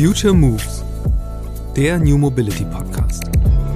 Future Moves, der New Mobility Podcast.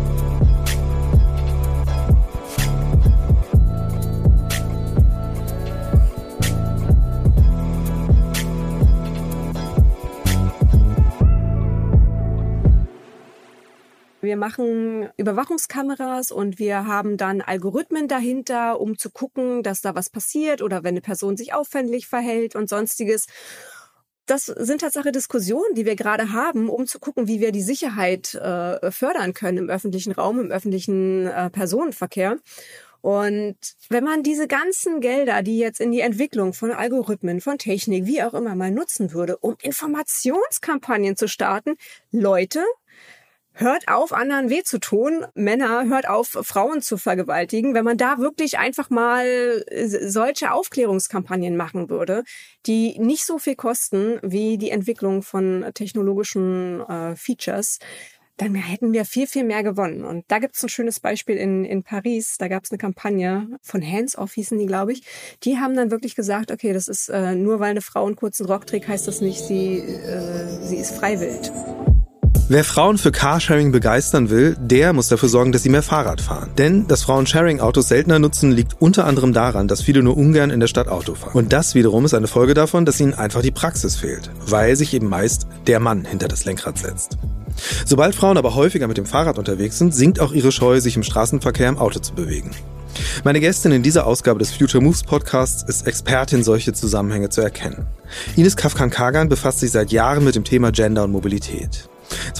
Wir machen Überwachungskameras und wir haben dann Algorithmen dahinter, um zu gucken, dass da was passiert oder wenn eine Person sich auffällig verhält und Sonstiges. Das sind Tatsache Diskussionen, die wir gerade haben, um zu gucken, wie wir die Sicherheit fördern können im öffentlichen Raum, im öffentlichen Personenverkehr. Und wenn man diese ganzen Gelder, die jetzt in die Entwicklung von Algorithmen, von Technik, wie auch immer mal nutzen würde, um Informationskampagnen zu starten, Leute, hört auf, anderen weh zu tun. Männer, hört auf, Frauen zu vergewaltigen. Wenn man da wirklich einfach mal solche Aufklärungskampagnen machen würde, die nicht so viel kosten wie die Entwicklung von technologischen Features, dann hätten wir viel, viel mehr gewonnen. Und da gibt es ein schönes Beispiel in Paris. Da gab es eine Kampagne von Hands-Off, hießen die, glaube ich. Die haben dann wirklich gesagt, okay, das ist nur weil eine Frau einen kurzen Rock trägt, heißt das nicht, sie ist freiwillig. Wer Frauen für Carsharing begeistern will, der muss dafür sorgen, dass sie mehr Fahrrad fahren. Denn dass Frauen Sharing-Autos seltener nutzen, liegt unter anderem daran, dass viele nur ungern in der Stadt Auto fahren. Und das wiederum ist eine Folge davon, dass ihnen einfach die Praxis fehlt, weil sich eben meist der Mann hinter das Lenkrad setzt. Sobald Frauen aber häufiger mit dem Fahrrad unterwegs sind, sinkt auch ihre Scheu, sich im Straßenverkehr im Auto zu bewegen. Meine Gästin in dieser Ausgabe des Future Moves Podcasts ist Expertin, solche Zusammenhänge zu erkennen. Ines Kafkan-Kagan befasst sich seit Jahren mit dem Thema Gender und Mobilität.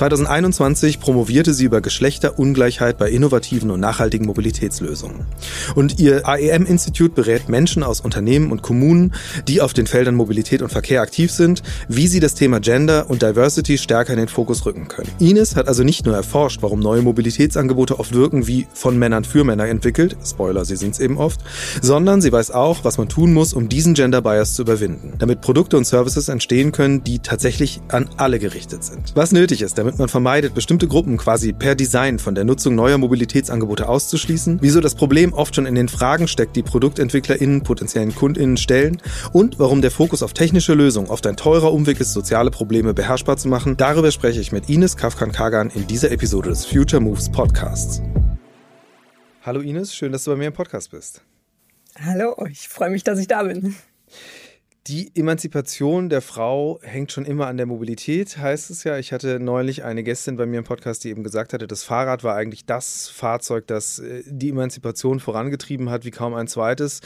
2021 promovierte sie über Geschlechterungleichheit bei innovativen und nachhaltigen Mobilitätslösungen. Und ihr AEM-Institut berät Menschen aus Unternehmen und Kommunen, die auf den Feldern Mobilität und Verkehr aktiv sind, wie sie das Thema Gender und Diversity stärker in den Fokus rücken können. Ines hat also nicht nur erforscht, warum neue Mobilitätsangebote oft wirken wie von Männern für Männer entwickelt, Spoiler, sie sind's eben oft, sondern sie weiß auch, was man tun muss, um diesen Gender Bias zu überwinden, damit Produkte und Services entstehen können, die tatsächlich an alle gerichtet sind. Was nötig ist, damit man vermeidet, bestimmte Gruppen quasi per Design von der Nutzung neuer Mobilitätsangebote auszuschließen, wieso das Problem oft schon in den Fragen steckt, die ProduktentwicklerInnen potenziellen KundInnen stellen und warum der Fokus auf technische Lösungen oft ein teurer Umweg ist, soziale Probleme beherrschbar zu machen, darüber spreche ich mit Ines Kafkan-Kagan in dieser Episode des Future Moves Podcasts. Hallo Ines, schön, dass du bei mir im Podcast bist. Hallo, ich freue mich, dass ich da bin. Die Emanzipation der Frau hängt schon immer an der Mobilität, heißt es ja. Ich hatte neulich eine Gästin bei mir im Podcast, die eben gesagt hatte, das Fahrrad war eigentlich das Fahrzeug, das die Emanzipation vorangetrieben hat, wie kaum ein zweites.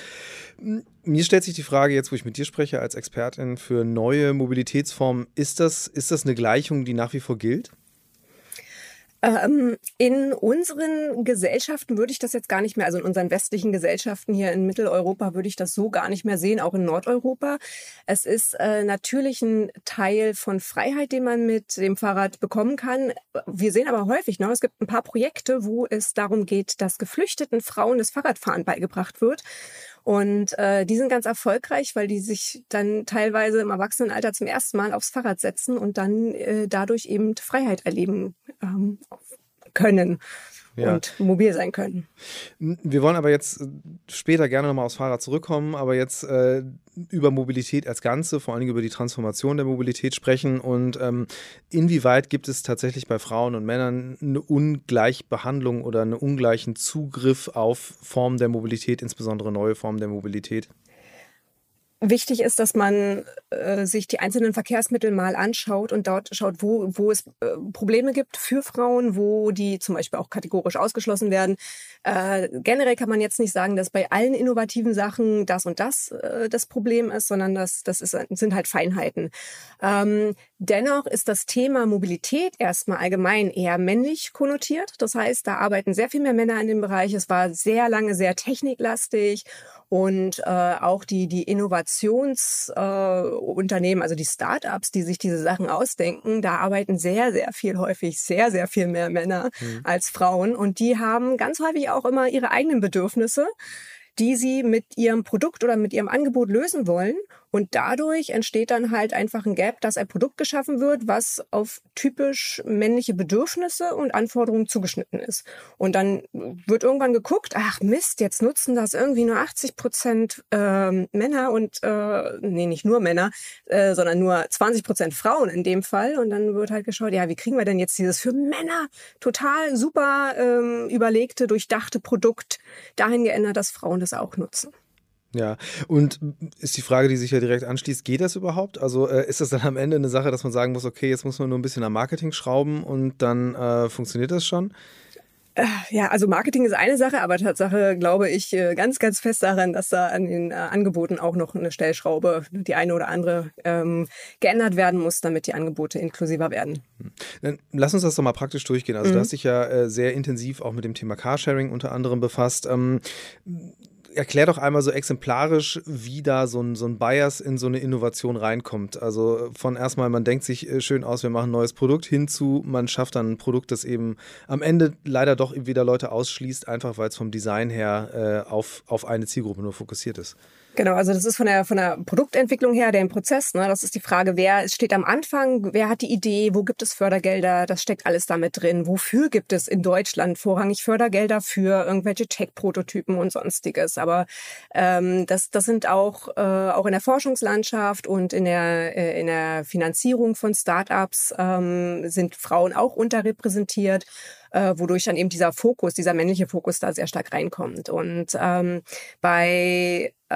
Mir stellt sich die Frage, jetzt wo ich mit dir spreche als Expertin für neue Mobilitätsformen, ist das eine Gleichung, die nach wie vor gilt? In unseren Gesellschaften würde ich das jetzt gar nicht mehr, also in unseren westlichen Gesellschaften hier in Mitteleuropa würde ich das so gar nicht mehr sehen, auch in Nordeuropa. Es ist natürlich ein Teil von Freiheit, den man mit dem Fahrrad bekommen kann. Wir sehen aber häufig noch, es gibt ein paar Projekte, wo es darum geht, dass geflüchteten Frauen das Fahrradfahren beigebracht wird. Und die sind ganz erfolgreich, weil die sich dann teilweise im Erwachsenenalter zum ersten Mal aufs Fahrrad setzen und dann dadurch eben Freiheit erleben können und mobil sein können. Wir wollen aber jetzt später gerne nochmal aufs Fahrrad zurückkommen, aber jetzt über Mobilität als Ganze, vor allen Dingen über die Transformation der Mobilität sprechen und inwieweit gibt es tatsächlich bei Frauen und Männern eine Ungleichbehandlung oder einen ungleichen Zugriff auf Formen der Mobilität, insbesondere neue Formen der Mobilität? Wichtig ist, dass man sich die einzelnen Verkehrsmittel mal anschaut und dort schaut, wo es Probleme gibt für Frauen, wo die zum Beispiel auch kategorisch ausgeschlossen werden. Generell kann man jetzt nicht sagen, dass bei allen innovativen Sachen das und das das Problem ist, sondern sind halt Feinheiten. Dennoch ist das Thema Mobilität erstmal allgemein eher männlich konnotiert. Das heißt, da arbeiten sehr viel mehr Männer in dem Bereich. Es war sehr lange sehr techniklastig. Und auch die Innovationsunternehmen, also die Start-ups, die sich diese Sachen ausdenken, da arbeiten sehr, sehr viel mehr Männer als Frauen. Und die haben ganz häufig auch immer ihre eigenen Bedürfnisse, die sie mit ihrem Produkt oder mit ihrem Angebot lösen wollen. Und dadurch entsteht dann halt einfach ein Gap, dass ein Produkt geschaffen wird, was auf typisch männliche Bedürfnisse und Anforderungen zugeschnitten ist. Und dann wird irgendwann geguckt, ach Mist, jetzt nutzen das irgendwie nur 80% Männer und, nicht nur Männer, sondern nur 20% Frauen in dem Fall. Und dann wird halt geschaut, ja, wie kriegen wir denn jetzt dieses für Männer total super überlegte, durchdachte Produkt dahin geändert, dass Frauen das auch nutzen. Ja, und ist die Frage, die sich ja direkt anschließt, geht das überhaupt? Also ist das dann am Ende eine Sache, dass man sagen muss, okay, jetzt muss man nur ein bisschen am Marketing schrauben und dann funktioniert das schon? Ja, also Marketing ist eine Sache, aber Tatsache glaube ich ganz, ganz fest daran, dass da an den Angeboten auch noch eine Stellschraube, die eine oder andere, geändert werden muss, damit die Angebote inklusiver werden. Dann lass uns das doch mal praktisch durchgehen. Also du hast dich ja sehr intensiv auch mit dem Thema Carsharing unter anderem befasst. Erklär doch einmal so exemplarisch, wie da so ein Bias in so eine Innovation reinkommt. Also von erstmal, man denkt sich schön aus, wir machen ein neues Produkt, hinzu, man schafft dann ein Produkt, das eben am Ende leider doch wieder Leute ausschließt, einfach weil es vom Design her auf eine Zielgruppe nur fokussiert ist. Genau, also das ist von der Produktentwicklung her der Prozess. Ne? Das ist die Frage, wer steht am Anfang, wer hat die Idee, wo gibt es Fördergelder, das steckt alles damit drin. Wofür gibt es in Deutschland vorrangig Fördergelder für irgendwelche Tech-Prototypen und Sonstiges. Aber das sind auch in der Forschungslandschaft und in der Finanzierung von Startups sind Frauen auch unterrepräsentiert. Wodurch dann eben dieser männliche Fokus da sehr stark reinkommt. Und bei so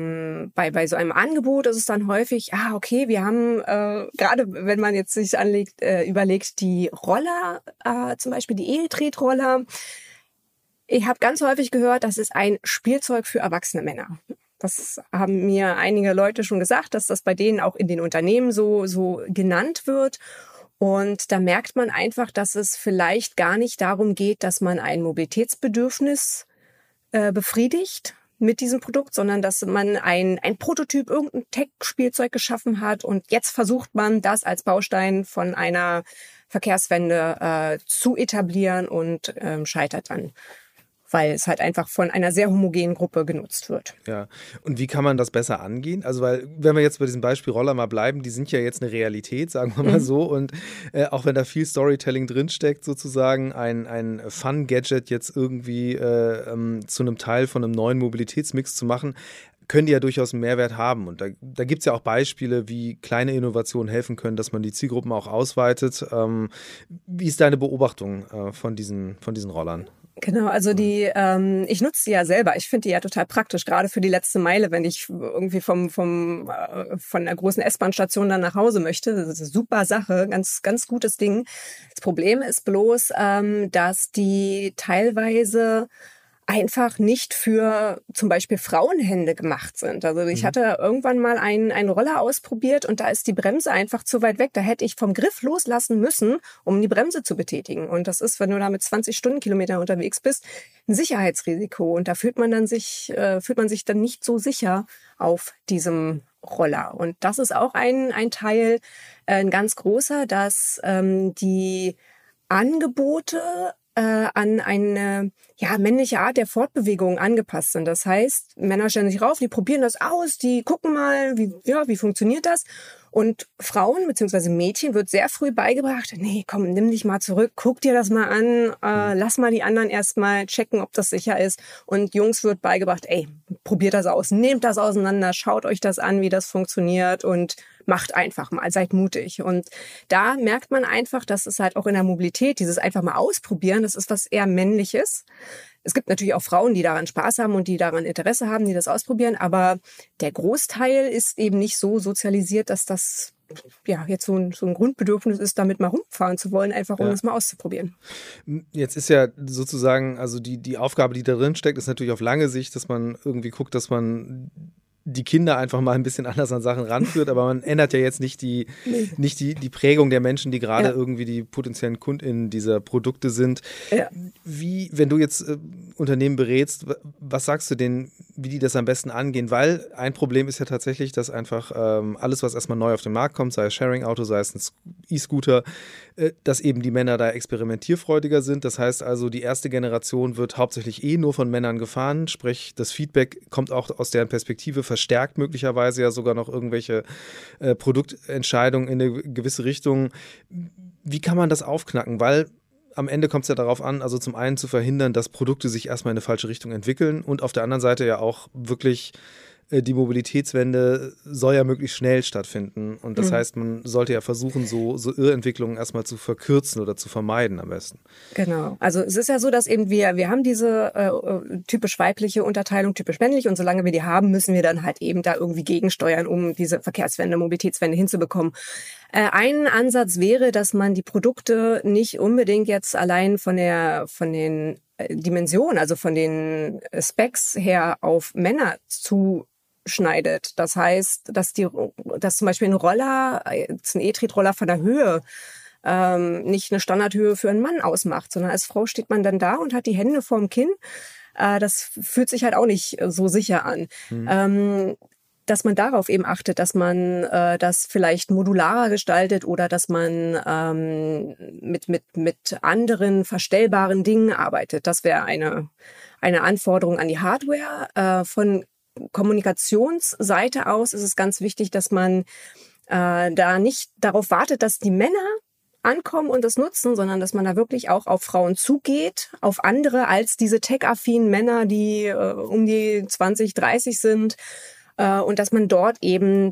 einem Angebot ist es dann häufig, okay, wir haben, gerade wenn man jetzt sich überlegt, die Roller, zum Beispiel die E-Tretroller, ich habe ganz häufig gehört, das ist ein Spielzeug für erwachsene Männer. Das haben mir einige Leute schon gesagt, dass das bei denen auch in den Unternehmen so genannt wird. Und da merkt man einfach, dass es vielleicht gar nicht darum geht, dass man ein Mobilitätsbedürfnis befriedigt mit diesem Produkt, sondern dass man ein Prototyp, irgendein Tech-Spielzeug geschaffen hat und jetzt versucht man, das als Baustein von einer Verkehrswende zu etablieren und scheitert dann, weil es halt einfach von einer sehr homogenen Gruppe genutzt wird. Ja, und wie kann man das besser angehen? Also, weil, wenn wir jetzt bei diesem Beispiel Roller mal bleiben, die sind ja jetzt eine Realität, sagen wir mal so, und auch wenn da viel Storytelling drinsteckt, sozusagen ein Fun-Gadget jetzt irgendwie zu einem Teil von einem neuen Mobilitätsmix zu machen, können die ja durchaus einen Mehrwert haben. Und da gibt es ja auch Beispiele, wie kleine Innovationen helfen können, dass man die Zielgruppen auch ausweitet. Wie ist deine Beobachtung von diesen Rollern? Genau, also ich nutze die ja selber. Ich finde die ja total praktisch, gerade für die letzte Meile, wenn ich irgendwie von der großen S-Bahn-Station dann nach Hause möchte. Das ist eine super Sache, ganz, ganz gutes Ding. Das Problem ist bloß, dass die teilweise einfach nicht für zum Beispiel Frauenhände gemacht sind. Also ich hatte irgendwann mal einen Roller ausprobiert und da ist die Bremse einfach zu weit weg. Da hätte ich vom Griff loslassen müssen, um die Bremse zu betätigen. Und das ist, wenn du da mit 20 Stundenkilometern unterwegs bist, ein Sicherheitsrisiko. Und da fühlt man sich dann nicht so sicher auf diesem Roller. Und das ist auch ein Teil, ein ganz großer, dass die Angebote an eine männliche Art der Fortbewegung angepasst sind. Das heißt, Männer stellen sich rauf, die probieren das aus, die gucken mal, wie funktioniert das. Und Frauen bzw. Mädchen wird sehr früh beigebracht, nee, komm, nimm dich mal zurück, guck dir das mal an, lass mal die anderen erstmal checken, ob das sicher ist. Und Jungs wird beigebracht, ey, probiert das aus, nehmt das auseinander, schaut euch das an, wie das funktioniert und macht einfach mal, seid mutig. Und da merkt man einfach, dass es halt auch in der Mobilität, dieses einfach mal ausprobieren, das ist was eher Männliches. Es gibt natürlich auch Frauen, die daran Spaß haben und die daran Interesse haben, die das ausprobieren, aber der Großteil ist eben nicht so sozialisiert, dass das jetzt so ein Grundbedürfnis ist, damit mal rumfahren zu wollen, einfach um das mal auszuprobieren. Jetzt ist ja sozusagen, also die Aufgabe, die da drin steckt, ist natürlich auf lange Sicht, dass man irgendwie guckt, dass man die Kinder einfach mal ein bisschen anders an Sachen ranführt, aber man ändert ja jetzt nicht die Prägung der Menschen, die gerade irgendwie die potenziellen KundInnen dieser Produkte sind. Ja. Wie, wenn du jetzt Unternehmen berätst, was sagst du denen, wie die das am besten angehen? Weil ein Problem ist ja tatsächlich, dass einfach alles, was erstmal neu auf den Markt kommt, sei es Sharing-Auto, sei es ein E-Scooter, dass eben die Männer da experimentierfreudiger sind. Das heißt also, die erste Generation wird hauptsächlich nur von Männern gefahren, sprich das Feedback kommt auch aus deren Perspektive, verstärkt möglicherweise ja sogar noch irgendwelche Produktentscheidungen in eine gewisse Richtung. Wie kann man das aufknacken? Weil am Ende kommt es ja darauf an, also zum einen zu verhindern, dass Produkte sich erstmal in eine falsche Richtung entwickeln und auf der anderen Seite ja auch wirklich die Mobilitätswende soll ja möglichst schnell stattfinden. Und das heißt, man sollte ja versuchen, so Irrentwicklungen erstmal zu verkürzen oder zu vermeiden am besten. Genau. Also es ist ja so, dass eben wir haben diese typisch weibliche Unterteilung, typisch männlich. Und solange wir die haben, müssen wir dann halt eben da irgendwie gegensteuern, um diese Verkehrswende, Mobilitätswende hinzubekommen. Ein Ansatz wäre, dass man die Produkte nicht unbedingt jetzt allein von den Dimensionen, also von den Specs her auf Männer zuschneidet. Das heißt, dass zum Beispiel ein Roller, jetzt ein E-Tretroller von der Höhe, nicht eine Standardhöhe für einen Mann ausmacht, sondern als Frau steht man dann da und hat die Hände vorm Kinn. Das fühlt sich halt auch nicht so sicher an. Dass man darauf eben achtet, dass man das vielleicht modularer gestaltet oder dass man mit anderen verstellbaren Dingen arbeitet. Das wäre eine Anforderung an die Hardware. Von Kommunikationsseite aus ist es ganz wichtig, dass man da nicht darauf wartet, dass die Männer ankommen und das nutzen, sondern dass man da wirklich auch auf Frauen zugeht, auf andere als diese tech-affinen Männer, die um die 20, 30 sind. Und dass man dort eben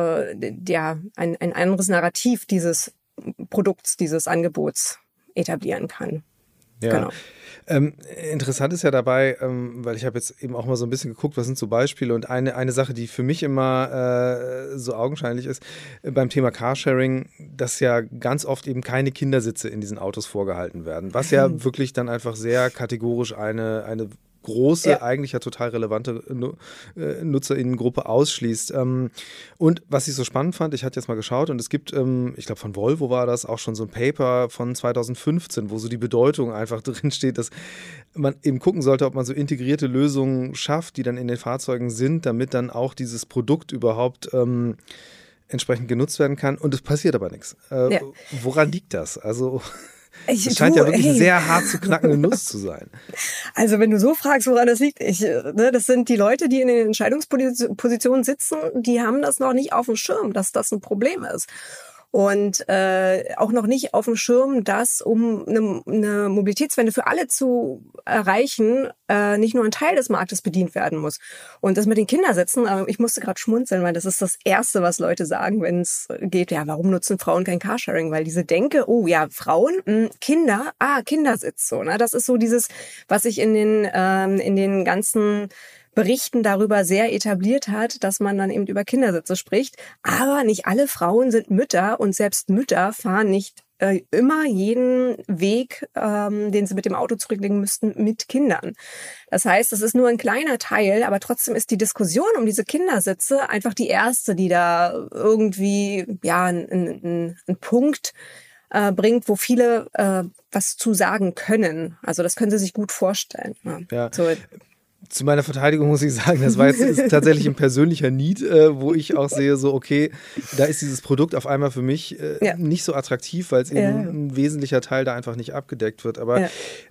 ein anderes Narrativ dieses Produkts, dieses Angebots etablieren kann. Ja. Genau. Interessant ist ja dabei, weil ich habe jetzt eben auch mal so ein bisschen geguckt, was sind so Beispiele und eine Sache, die für mich immer so augenscheinlich ist, beim Thema Carsharing, dass ja ganz oft eben keine Kindersitze in diesen Autos vorgehalten werden, was ja wirklich dann einfach sehr kategorisch eine große, eigentlich ja total relevante NutzerInnengruppe ausschließt. Und was ich so spannend fand, ich hatte jetzt mal geschaut und es gibt, ich glaube von Volvo war das, auch schon so ein Paper von 2015, wo so die Bedeutung einfach drin steht, dass man eben gucken sollte, ob man so integrierte Lösungen schafft, die dann in den Fahrzeugen sind, damit dann auch dieses Produkt überhaupt entsprechend genutzt werden kann. Und es passiert aber nichts. Woran liegt das? Also das scheint ja wirklich eine sehr hart zu knackende Nuss zu sein. Also wenn du so fragst, woran das liegt, das sind die Leute, die in den Entscheidungspositionen sitzen, die haben das noch nicht auf dem Schirm, dass das ein Problem ist. Und auch noch nicht auf dem Schirm, dass um eine Mobilitätswende für alle zu erreichen, nicht nur ein Teil des Marktes bedient werden muss. Und das mit den Kindersitzen, ich musste gerade schmunzeln, weil das ist das Erste, was Leute sagen, wenn es geht, ja, warum nutzen Frauen kein Carsharing? Weil diese Denke, oh ja, Frauen, Kinder, Kindersitz, so, ne? Das ist so dieses, was sich in den ganzen Berichten darüber sehr etabliert hat, dass man dann eben über Kindersitze spricht. Aber nicht alle Frauen sind Mütter und selbst Mütter fahren nicht immer jeden Weg, den sie mit dem Auto zurücklegen müssten, mit Kindern. Das heißt, es ist nur ein kleiner Teil, aber trotzdem ist die Diskussion um diese Kindersitze einfach die erste, die da irgendwie einen Punkt bringt, wo viele was zu sagen können. Also das können sie sich gut vorstellen. Ja. So. Zu meiner Verteidigung muss ich sagen, das war jetzt tatsächlich ein persönlicher Need, wo ich auch sehe, so okay, da ist dieses Produkt auf einmal für mich nicht so attraktiv, weil es eben ein wesentlicher Teil da einfach nicht abgedeckt wird. Aber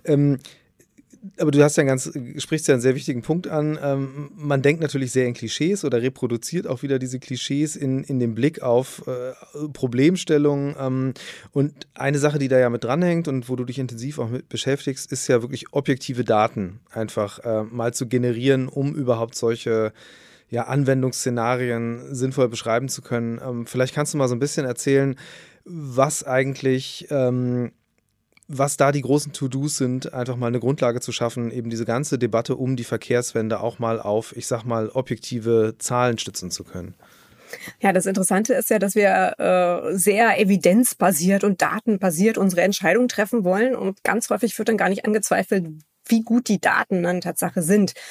du hast sprichst ja einen sehr wichtigen Punkt an. Man denkt natürlich sehr in Klischees oder reproduziert auch wieder diese Klischees in dem Blick auf Problemstellungen. Und eine Sache, die da ja mit dranhängt und wo du dich intensiv auch mit beschäftigst, ist ja wirklich objektive Daten einfach mal zu generieren, um überhaupt solche Anwendungsszenarien sinnvoll beschreiben zu können. Vielleicht kannst du mal so ein bisschen erzählen, was eigentlich was da die großen To-Dos sind, einfach mal eine Grundlage zu schaffen, eben diese ganze Debatte um die Verkehrswende auch mal auf, ich sag mal, objektive Zahlen stützen zu können. Ja, das Interessante ist ja, dass wir sehr evidenzbasiert und datenbasiert unsere Entscheidungen treffen wollen und ganz häufig wird dann gar nicht angezweifelt, wie gut die Daten dann Tatsache sind.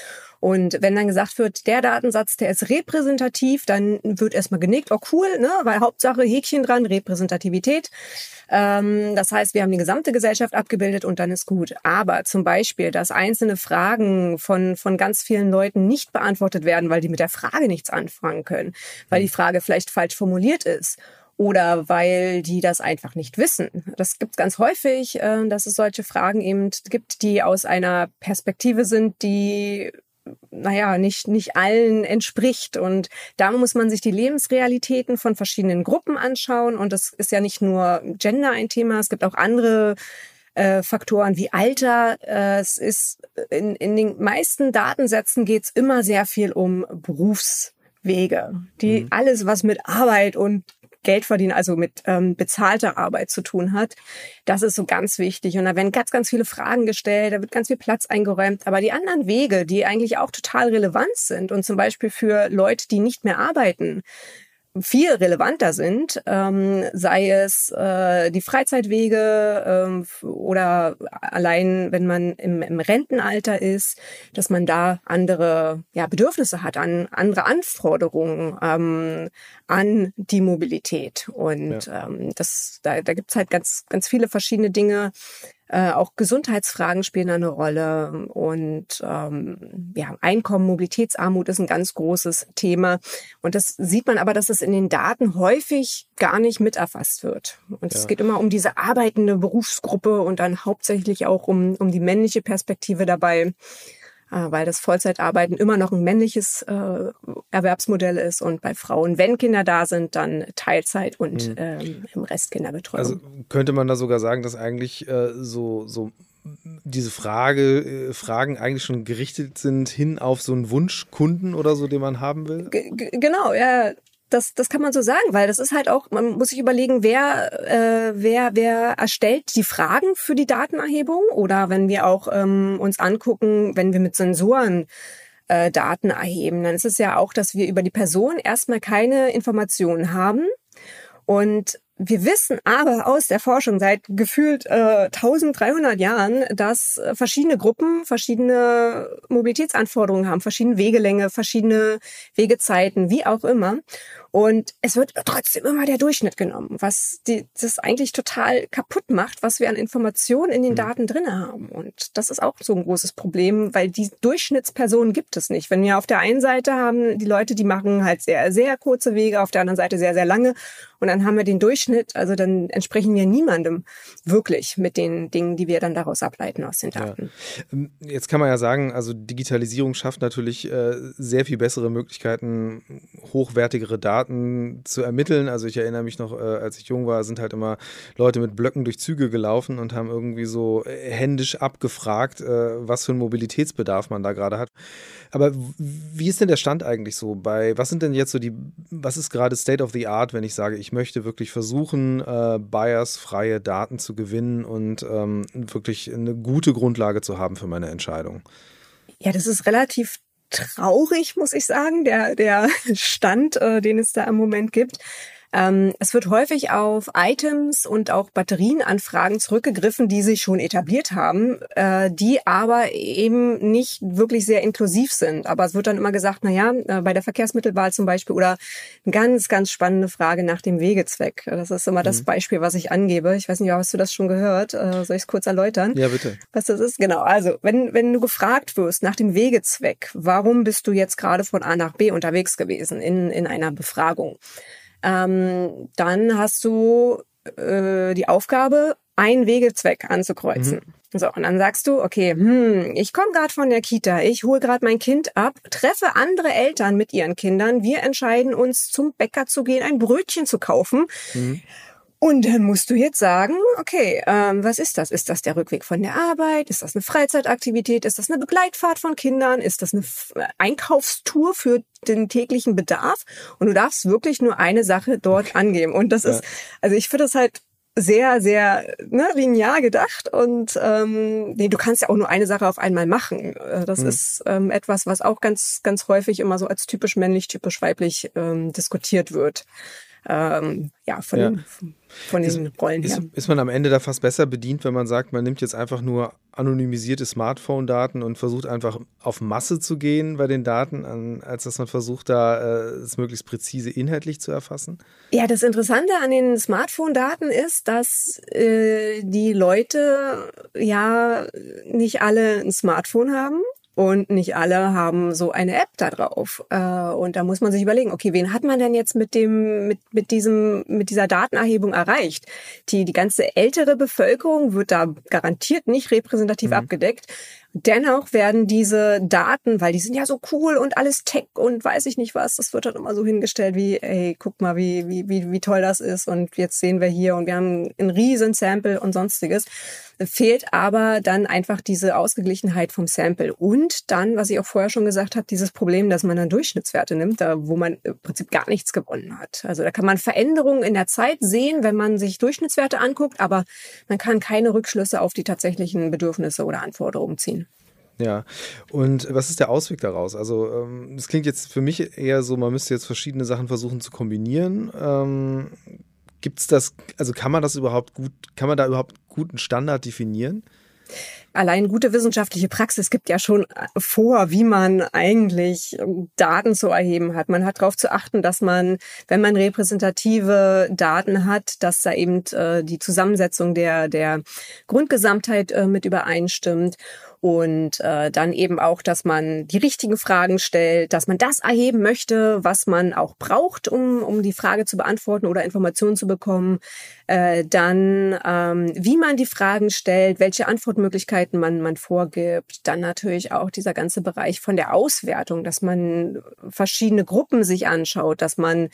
Und wenn dann gesagt wird, der Datensatz, der ist repräsentativ, dann wird erstmal genickt, oh cool, ne, weil Hauptsache Häkchen dran, Repräsentativität. Das heißt, wir haben die gesamte Gesellschaft abgebildet und dann ist gut. Aber zum Beispiel, dass einzelne Fragen von ganz vielen Leuten nicht beantwortet werden, weil die mit der Frage nichts anfangen können, weil die Frage vielleicht falsch formuliert ist oder weil die das einfach nicht wissen. Das gibt's ganz häufig, dass es solche Fragen eben gibt, die aus einer Perspektive sind, die nicht allen entspricht. Und da muss man sich die Lebensrealitäten von verschiedenen Gruppen anschauen. Und das ist ja nicht nur Gender ein Thema, es gibt auch andere Faktoren wie Alter. Es ist in den meisten Datensätzen geht es immer sehr viel um Berufswege, die alles, was mit Arbeit und Geld verdienen, also mit bezahlter Arbeit zu tun hat. Das ist so ganz wichtig. Und da werden ganz, ganz viele Fragen gestellt, da wird ganz viel Platz eingeräumt. Aber die anderen Wege, die eigentlich auch total relevant sind und zum Beispiel für Leute, die nicht mehr arbeiten, viel relevanter sind, sei es die Freizeitwege oder allein, wenn man im Rentenalter ist, dass man da andere Bedürfnisse hat, andere Anforderungen an die Mobilität. Und da gibt's halt ganz, ganz viele verschiedene Dinge. Auch Gesundheitsfragen spielen eine Rolle und Einkommen, Mobilitätsarmut ist ein ganz großes Thema. Und das sieht man aber, dass es in den Daten häufig gar nicht mit erfasst wird. Und es geht immer um diese arbeitende Berufsgruppe und dann hauptsächlich auch um die männliche Perspektive dabei, weil das Vollzeitarbeiten immer noch ein männliches Erwerbsmodell ist und bei Frauen, wenn Kinder da sind, dann Teilzeit und im Rest Kinderbetreuung. Also könnte man da sogar sagen, dass eigentlich so diese Fragen eigentlich schon gerichtet sind hin auf so einen Wunschkunden oder so, den man haben will? Genau, ja. Das kann man so sagen, weil das ist halt auch, man muss sich überlegen, wer erstellt die Fragen für die Datenerhebung oder wenn wir auch uns angucken, wenn wir mit Sensoren Daten erheben, dann ist es ja auch, dass wir über die Person erstmal keine Informationen haben und wir wissen aber aus der Forschung seit gefühlt 1300 Jahren, dass verschiedene Gruppen verschiedene Mobilitätsanforderungen haben, verschiedene Wegelänge, verschiedene Wegezeiten, wie auch immer. Und es wird trotzdem immer der Durchschnitt genommen, was das eigentlich total kaputt macht, was wir an Informationen in den Daten drin haben. Und das ist auch so ein großes Problem, weil die Durchschnittspersonen gibt es nicht. Wenn wir auf der einen Seite haben die Leute, die machen halt sehr, sehr kurze Wege, auf der anderen Seite sehr, sehr lange. Und dann haben wir den Durchschnitt, also dann entsprechen wir niemandem wirklich mit den Dingen, die wir dann daraus ableiten aus den Daten. Ja. Jetzt kann man ja sagen, also Digitalisierung schafft natürlich sehr viel bessere Möglichkeiten, hochwertigere Daten zu ermitteln. Also ich erinnere mich noch, als ich jung war, sind halt immer Leute mit Blöcken durch Züge gelaufen und haben irgendwie so händisch abgefragt, was für einen Mobilitätsbedarf man da gerade hat. Aber wie ist denn der Stand eigentlich so? Was sind denn jetzt so was ist gerade State of the Art, wenn ich sage, ich möchte wirklich versuchen, biasfreie Daten zu gewinnen und wirklich eine gute Grundlage zu haben für meine Entscheidung? Ja, das ist relativ traurig, muss ich sagen, der Stand, den es da im Moment gibt. Es wird häufig auf Items und auch Batterienanfragen zurückgegriffen, die sich schon etabliert haben, die aber eben nicht wirklich sehr inklusiv sind. Aber es wird dann immer gesagt, bei der Verkehrsmittelwahl zum Beispiel oder eine ganz, ganz spannende Frage nach dem Wegezweck. Das ist immer das Beispiel, was ich angebe. Ich weiß nicht, hast du das schon gehört? Soll ich es kurz erläutern? Ja, bitte. Was das ist? Genau. Also, wenn du gefragt wirst nach dem Wegezweck, warum bist du jetzt gerade von A nach B unterwegs gewesen in einer Befragung? Dann hast du die Aufgabe, einen Wegezweck anzukreuzen. So, und dann sagst du, okay, ich komme gerade von der Kita, ich hole gerade mein Kind ab, treffe andere Eltern mit ihren Kindern, wir entscheiden uns, zum Bäcker zu gehen, ein Brötchen zu kaufen. Und dann musst du jetzt sagen, okay, was ist das? Ist das der Rückweg von der Arbeit? Ist das eine Freizeitaktivität? Ist das eine Begleitfahrt von Kindern? Ist das eine Einkaufstour für den täglichen Bedarf? Und du darfst wirklich nur eine Sache dort angeben. Und das ist, also ich finde das halt sehr, sehr linear gedacht. Und du kannst ja auch nur eine Sache auf einmal machen. Das ist etwas, was auch ganz, ganz häufig immer so als typisch männlich, typisch weiblich diskutiert wird. von den Rollen her. Ist man am Ende da fast besser bedient, wenn man sagt, man nimmt jetzt einfach nur anonymisierte Smartphone-Daten und versucht einfach auf Masse zu gehen bei den Daten, als dass man versucht, da es möglichst präzise inhaltlich zu erfassen? Ja, das Interessante an den Smartphone-Daten ist, dass die Leute ja nicht alle ein Smartphone haben. Und nicht alle haben so eine App da drauf. Und da muss man sich überlegen, okay, wen hat man denn jetzt mit dieser Datenerhebung erreicht? Die ganze ältere Bevölkerung wird da garantiert nicht repräsentativ abgedeckt. Dennoch werden diese Daten, weil die sind ja so cool und alles Tech und weiß ich nicht was, das wird dann immer so hingestellt wie, ey, guck mal, wie toll das ist und jetzt sehen wir hier und wir haben ein riesen Sample und sonstiges. Fehlt aber dann einfach diese Ausgeglichenheit vom Sample und dann, was ich auch vorher schon gesagt habe, dieses Problem, dass man dann Durchschnittswerte nimmt, da wo man im Prinzip gar nichts gewonnen hat. Also da kann man Veränderungen in der Zeit sehen, wenn man sich Durchschnittswerte anguckt, aber man kann keine Rückschlüsse auf die tatsächlichen Bedürfnisse oder Anforderungen ziehen. Ja, und was ist der Ausweg daraus? Also es klingt jetzt für mich eher so, man müsste jetzt verschiedene Sachen versuchen zu kombinieren. Gibt's das, also kann man da überhaupt guten Standard definieren? Allein gute wissenschaftliche Praxis gibt ja schon vor, wie man eigentlich Daten zu erheben hat. Man hat darauf zu achten, dass man, wenn man repräsentative Daten hat, dass da eben die Zusammensetzung der Grundgesamtheit mit übereinstimmt. Und dann eben auch, dass man die richtigen Fragen stellt, dass man das erheben möchte, was man auch braucht, um die Frage zu beantworten oder Informationen zu bekommen. Dann, wie man die Fragen stellt, welche Antwortmöglichkeiten man vorgibt. Dann natürlich auch dieser ganze Bereich von der Auswertung, dass man verschiedene Gruppen sich anschaut, dass man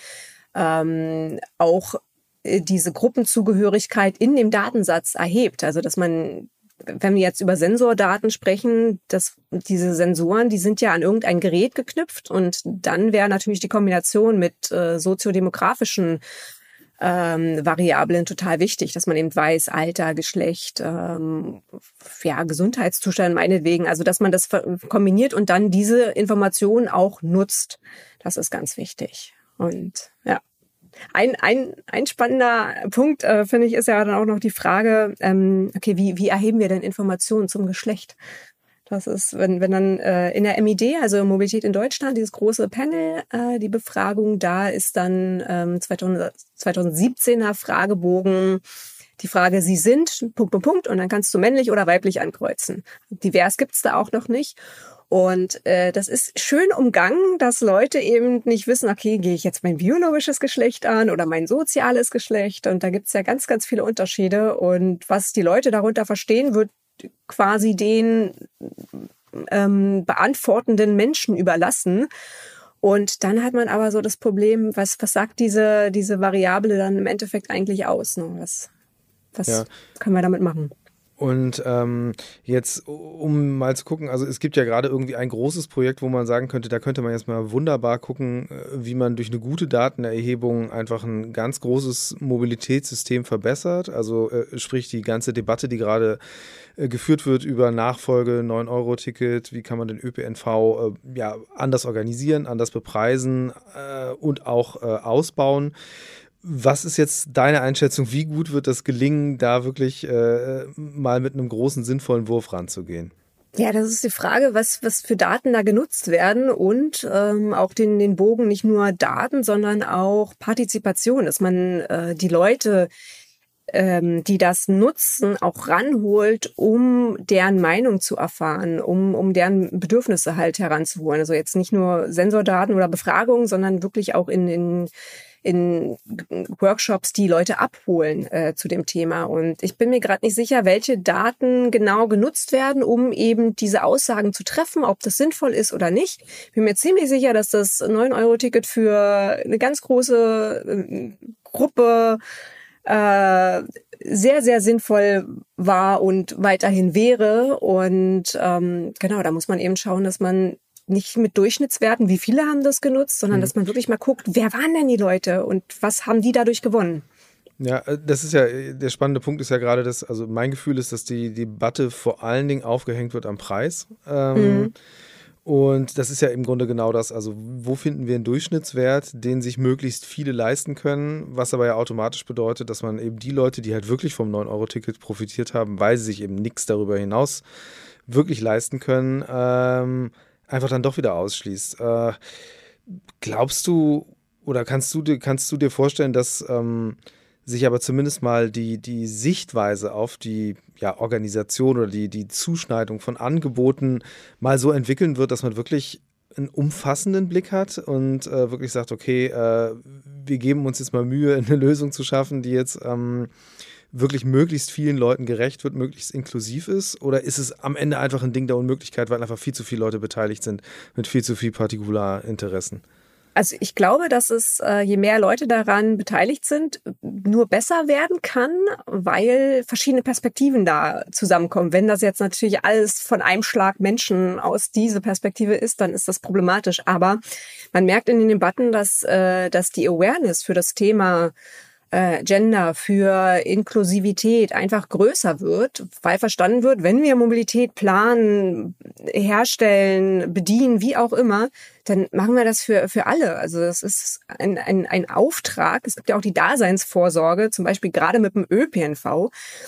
auch diese Gruppenzugehörigkeit in dem Datensatz erhebt. Also, dass man, wenn wir jetzt über Sensordaten sprechen, diese Sensoren, die sind ja an irgendein Gerät geknüpft und dann wäre natürlich die Kombination mit soziodemografischen Variablen total wichtig, dass man eben weiß, Alter, Geschlecht, Gesundheitszustand meinetwegen, also dass man das kombiniert und dann diese Informationen auch nutzt. Das ist ganz wichtig. Und ja. Ein spannender Punkt, finde ich, ist ja dann auch noch die Frage, okay, wie erheben wir denn Informationen zum Geschlecht? Das ist, wenn dann in der MID, also Mobilität in Deutschland, dieses große Panel, die Befragung, da ist dann 2017er Fragebogen die Frage, Sie sind, ... und dann kannst du männlich oder weiblich ankreuzen. Divers gibt's da auch noch nicht. Und das ist schön umgangen, dass Leute eben nicht wissen, okay, gehe ich jetzt mein biologisches Geschlecht an oder mein soziales Geschlecht? Und da gibt's ja ganz, ganz viele Unterschiede. Und was die Leute darunter verstehen, wird quasi den beantwortenden Menschen überlassen. Und dann hat man aber so das Problem, was sagt diese Variable dann im Endeffekt eigentlich aus? Ne? Was können wir damit machen? Und jetzt, um mal zu gucken, also es gibt ja gerade irgendwie ein großes Projekt, wo man sagen könnte, da könnte man jetzt mal wunderbar gucken, wie man durch eine gute Datenerhebung einfach ein ganz großes Mobilitätssystem verbessert. Also sprich die ganze Debatte, die gerade geführt wird über Nachfolge, 9-Euro-Ticket, wie kann man den ÖPNV anders organisieren, anders bepreisen und auch ausbauen. Was ist jetzt deine Einschätzung? Wie gut wird das gelingen, da wirklich mal mit einem großen, sinnvollen Wurf ranzugehen? Ja, das ist die Frage, was für Daten da genutzt werden und auch den Bogen nicht nur Daten, sondern auch Partizipation, dass man die Leute, die das nutzen, auch ranholt, um deren Meinung zu erfahren, um deren Bedürfnisse halt heranzuholen. Also jetzt nicht nur Sensordaten oder Befragungen, sondern wirklich auch in Workshops die Leute abholen zu dem Thema. Und ich bin mir gerade nicht sicher, welche Daten genau genutzt werden, um eben diese Aussagen zu treffen, ob das sinnvoll ist oder nicht. Ich bin mir ziemlich sicher, dass das 9-Euro-Ticket für eine ganz große Gruppe sehr, sehr sinnvoll war und weiterhin wäre. Und da muss man eben schauen, dass man nicht mit Durchschnittswerten, wie viele haben das genutzt, sondern dass man wirklich mal guckt, wer waren denn die Leute und was haben die dadurch gewonnen? Ja, das ist ja, der spannende Punkt ist ja gerade, also mein Gefühl ist, dass die Debatte vor allen Dingen aufgehängt wird am Preis. Und das ist ja im Grunde genau das. Also wo finden wir einen Durchschnittswert, den sich möglichst viele leisten können, was aber ja automatisch bedeutet, dass man eben die Leute, die halt wirklich vom 9-Euro-Ticket profitiert haben, weil sie sich eben nichts darüber hinaus wirklich leisten können, einfach dann doch wieder ausschließt. Glaubst du oder kannst du dir vorstellen, dass sich aber zumindest mal die Sichtweise auf die Organisation oder die Zuschneidung von Angeboten mal so entwickeln wird, dass man wirklich einen umfassenden Blick hat und wirklich sagt, okay, wir geben uns jetzt mal Mühe, eine Lösung zu schaffen, die jetzt wirklich möglichst vielen Leuten gerecht wird, möglichst inklusiv ist? Oder ist es am Ende einfach ein Ding der Unmöglichkeit, weil einfach viel zu viele Leute beteiligt sind mit viel zu viel Partikularinteressen? Also ich glaube, dass es, je mehr Leute daran beteiligt sind, nur besser werden kann, weil verschiedene Perspektiven da zusammenkommen. Wenn das jetzt natürlich alles von einem Schlag Menschen aus dieser Perspektive ist, dann ist das problematisch. Aber man merkt in den Debatten, dass die Awareness für das Thema Gender, für Inklusivität einfach größer wird, weil verstanden wird, wenn wir Mobilität planen, herstellen, bedienen, wie auch immer, dann machen wir das für alle. Also das ist ein Auftrag. Es gibt ja auch die Daseinsvorsorge, zum Beispiel gerade mit dem ÖPNV,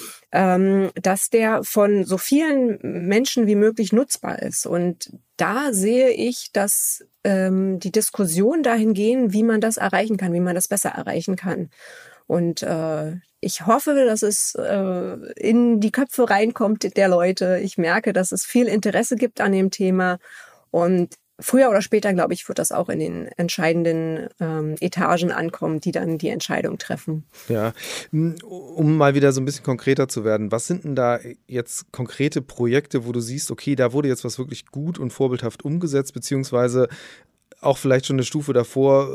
dass der von so vielen Menschen wie möglich nutzbar ist. Und da sehe ich, dass die Diskussion dahin gehen, wie man das erreichen kann, wie man das besser erreichen kann. Und ich hoffe, dass es in die Köpfe reinkommt der Leute. Ich merke, dass es viel Interesse gibt an dem Thema. Und früher oder später, glaube ich, wird das auch in den entscheidenden Etagen ankommen, die dann die Entscheidung treffen. Ja, um mal wieder so ein bisschen konkreter zu werden, was sind denn da jetzt konkrete Projekte, wo du siehst, okay, da wurde jetzt was wirklich gut und vorbildhaft umgesetzt, beziehungsweise auch vielleicht schon eine Stufe davor,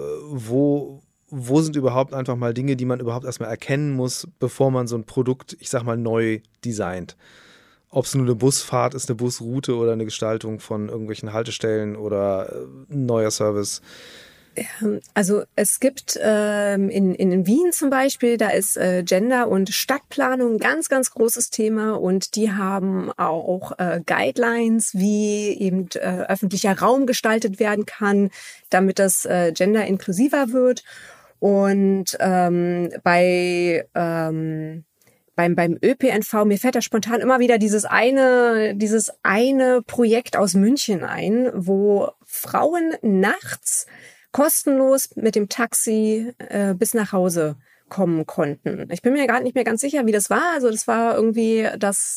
wo sind überhaupt einfach mal Dinge, die man überhaupt erstmal erkennen muss, bevor man so ein Produkt, ich sag mal, neu designt? Ob es nur eine Busfahrt ist, eine Busroute oder eine Gestaltung von irgendwelchen Haltestellen oder ein neuer Service. Also es gibt in Wien zum Beispiel, da ist Gender und Stadtplanung ein ganz, ganz großes Thema und die haben auch Guidelines, wie eben öffentlicher Raum gestaltet werden kann, damit das Gender inklusiver wird. Und beim ÖPNV, mir fällt da spontan immer wieder dieses eine Projekt aus München ein, wo Frauen nachts kostenlos mit dem Taxi bis nach Hause kommen konnten. Ich bin mir gar nicht mehr ganz sicher, wie das war. Also das war irgendwie, dass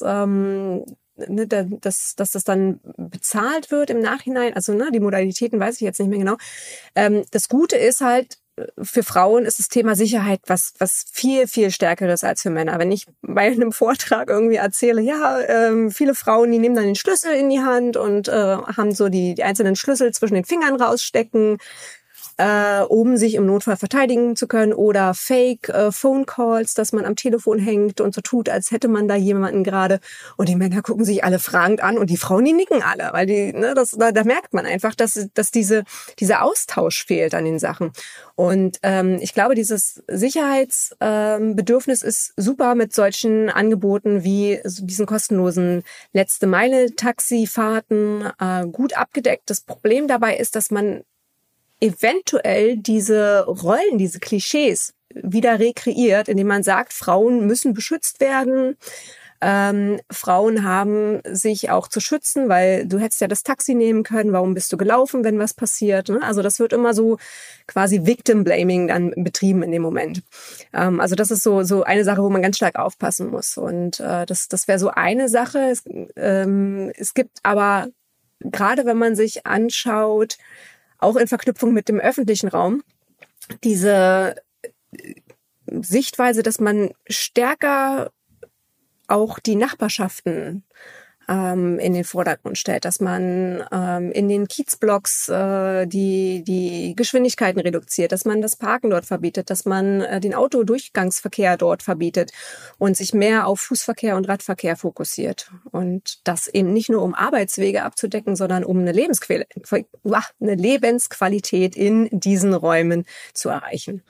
das dann bezahlt wird im Nachhinein. Also die Modalitäten weiß ich jetzt nicht mehr genau. Das Gute ist halt, für Frauen ist das Thema Sicherheit was viel, viel Stärkeres als für Männer. Wenn ich bei einem Vortrag irgendwie erzähle, viele Frauen, die nehmen dann den Schlüssel in die Hand und haben so die einzelnen Schlüssel zwischen den Fingern rausstecken, um sich im Notfall verteidigen zu können, oder Phone Calls, dass man am Telefon hängt und so tut, als hätte man da jemanden gerade, und die Männer gucken sich alle fragend an und die Frauen, die nicken alle, weil da merkt man einfach, dass dieser Austausch fehlt an den Sachen. Und ich glaube, dieses Sicherheitsbedürfnis ist super mit solchen Angeboten wie diesen kostenlosen Letzte-Meile-Taxifahrten gut abgedeckt. Das Problem dabei ist, dass man eventuell diese Rollen, diese Klischees wieder rekreiert, indem man sagt, Frauen müssen beschützt werden. Frauen haben sich auch zu schützen, weil du hättest ja das Taxi nehmen können. Warum bist du gelaufen, wenn was passiert? Ne? Also das wird immer so quasi Victim Blaming dann betrieben in dem Moment. Also das ist so eine Sache, wo man ganz stark aufpassen muss. Und das wäre so eine Sache. Es gibt aber, gerade wenn man sich anschaut, auch in Verknüpfung mit dem öffentlichen Raum, diese Sichtweise, dass man stärker auch die Nachbarschaften in den Vordergrund stellt, dass man in den Kiezblocks die Geschwindigkeiten reduziert, dass man das Parken dort verbietet, dass man den Autodurchgangsverkehr dort verbietet und sich mehr auf Fußverkehr und Radverkehr fokussiert. Und das eben nicht nur, um Arbeitswege abzudecken, sondern um eine Lebensqualität in diesen Räumen zu erreichen.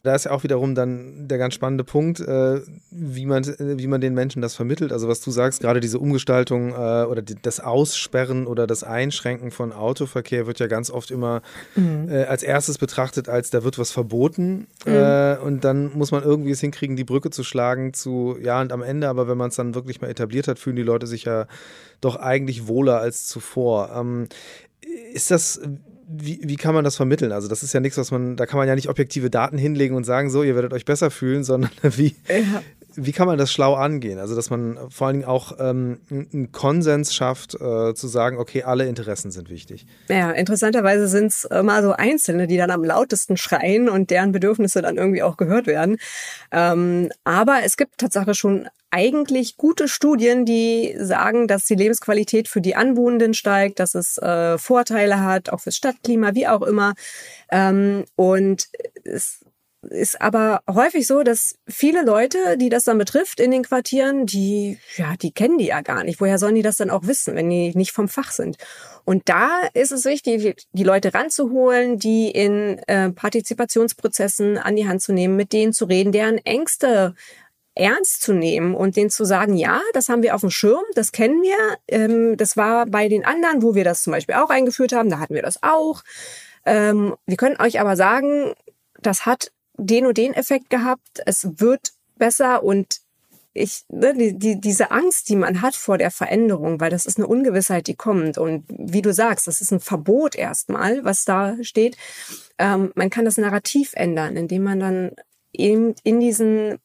Da ist ja auch wiederum dann der ganz spannende Punkt, wie man den Menschen das vermittelt. Also was du sagst, gerade diese Umgestaltung oder das Aussperren oder das Einschränken von Autoverkehr wird ja ganz oft immer als erstes betrachtet, als da wird was verboten. Und dann muss man irgendwie es hinkriegen, die Brücke zu schlagen zu, ja, und am Ende, aber wenn man es dann wirklich mal etabliert hat, fühlen die Leute sich ja doch eigentlich wohler als zuvor. Ist das, wie kann man das vermitteln? Also das ist ja nichts, da kann man ja nicht objektive Daten hinlegen und sagen, so, ihr werdet euch besser fühlen, sondern wie kann man das schlau angehen? Also dass man vor allen Dingen auch einen Konsens schafft, zu sagen, okay, alle Interessen sind wichtig. Ja, interessanterweise sind es immer so Einzelne, die dann am lautesten schreien und deren Bedürfnisse dann irgendwie auch gehört werden. Aber es gibt tatsächlich schon eigentlich gute Studien, die sagen, dass die Lebensqualität für die Anwohnenden steigt, dass es Vorteile hat, auch fürs Stadtklima, wie auch immer. Und es ist aber häufig so, dass viele Leute, die das dann betrifft in den Quartieren, die kennen die ja gar nicht. Woher sollen die das dann auch wissen, wenn die nicht vom Fach sind? Und da ist es wichtig, die Leute ranzuholen, die in Partizipationsprozessen an die Hand zu nehmen, mit denen zu reden, deren Ängste ernst zu nehmen und denen zu sagen, ja, das haben wir auf dem Schirm, das kennen wir. Das war bei den anderen, wo wir das zum Beispiel auch eingeführt haben, da hatten wir das auch. Wir können euch aber sagen, das hat den und den Effekt gehabt, es wird besser und diese Angst, die man hat vor der Veränderung, weil das ist eine Ungewissheit, die kommt und wie du sagst, das ist ein Verbot erstmal, was da steht. Man kann das Narrativ ändern, indem man dann eben in diesen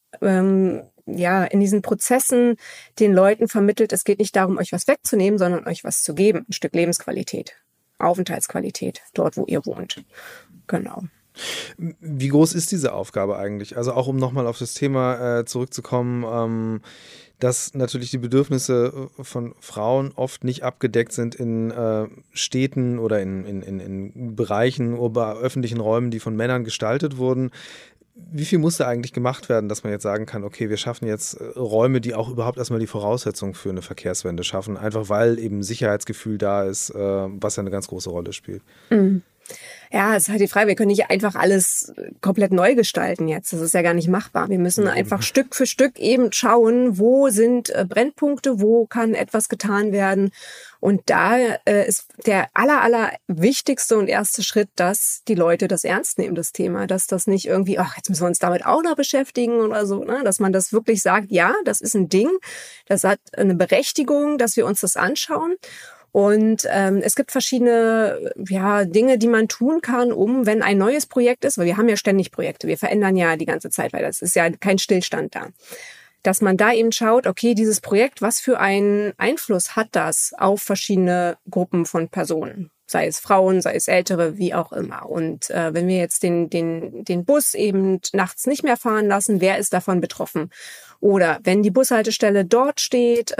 Prozessen den Leuten vermittelt, es geht nicht darum, euch was wegzunehmen, sondern euch was zu geben, ein Stück Lebensqualität, Aufenthaltsqualität, dort, wo ihr wohnt. Genau. Wie groß ist diese Aufgabe eigentlich? Also auch um nochmal auf das Thema zurückzukommen, dass natürlich die Bedürfnisse von Frauen oft nicht abgedeckt sind in Städten oder in Bereichen, öffentlichen Räumen, die von Männern gestaltet wurden. Wie viel muss da eigentlich gemacht werden, dass man jetzt sagen kann, okay, wir schaffen jetzt Räume, die auch überhaupt erstmal die Voraussetzungen für eine Verkehrswende schaffen, einfach weil eben Sicherheitsgefühl da ist, was ja eine ganz große Rolle spielt. Mhm. Ja, es ist halt die Frage, wir können nicht einfach alles komplett neu gestalten jetzt. Das ist ja gar nicht machbar. Wir müssen einfach Stück für Stück eben schauen, wo sind Brennpunkte, wo kann etwas getan werden. Und da ist der aller wichtigste und erste Schritt, dass die Leute das ernst nehmen, das Thema. Dass das nicht irgendwie, ach, jetzt müssen wir uns damit auch noch beschäftigen oder so, ne? Dass man das wirklich sagt, ja, das ist ein Ding, das hat eine Berechtigung, dass wir uns das anschauen. Und es gibt verschiedene Dinge, die man tun kann, wenn ein neues Projekt ist, weil wir haben ja ständig Projekte, wir verändern ja die ganze Zeit weiter, es ist ja kein Stillstand da. Dass man da eben schaut, okay, dieses Projekt, was für einen Einfluss hat das auf verschiedene Gruppen von Personen? Sei es Frauen, sei es Ältere, wie auch immer. Und wenn wir jetzt den Bus eben nachts nicht mehr fahren lassen, wer ist davon betroffen? Oder wenn die Bushaltestelle dort steht,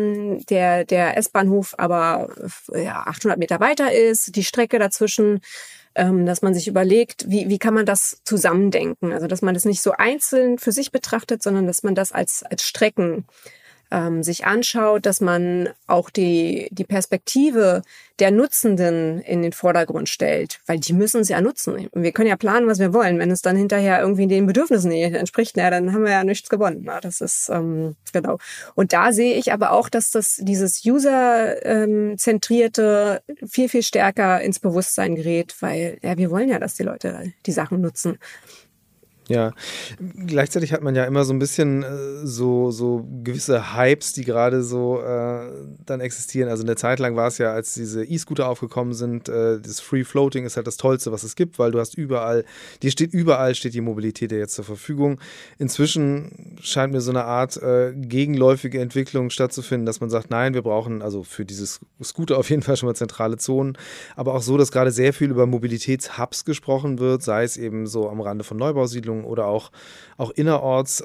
der S-Bahnhof aber 800 Meter weiter ist, die Strecke dazwischen, dass man sich überlegt, wie kann man das zusammendenken? Also dass man das nicht so einzeln für sich betrachtet, sondern dass man das als Strecken sich anschaut, dass man auch die Perspektive der Nutzenden in den Vordergrund stellt, weil die müssen es ja nutzen. Wir können ja planen, was wir wollen. Wenn es dann hinterher irgendwie den Bedürfnissen nicht entspricht, dann haben wir ja nichts gewonnen. Das ist genau. Und da sehe ich aber auch, dass dieses User-zentrierte viel, viel stärker ins Bewusstsein gerät, weil wir wollen ja, dass die Leute die Sachen nutzen. Ja, gleichzeitig hat man ja immer so ein bisschen so gewisse Hypes, die gerade so dann existieren. Also eine Zeit lang war es ja, als diese E-Scooter aufgekommen sind, das Free Floating ist halt das Tollste, was es gibt, weil du hast überall steht die Mobilität ja jetzt zur Verfügung. Inzwischen scheint mir so eine Art gegenläufige Entwicklung stattzufinden, dass man sagt, nein, wir brauchen also für dieses Scooter auf jeden Fall schon mal zentrale Zonen, aber auch so, dass gerade sehr viel über Mobilitätshubs gesprochen wird, sei es eben so am Rande von Neubausiedlungen oder auch innerorts.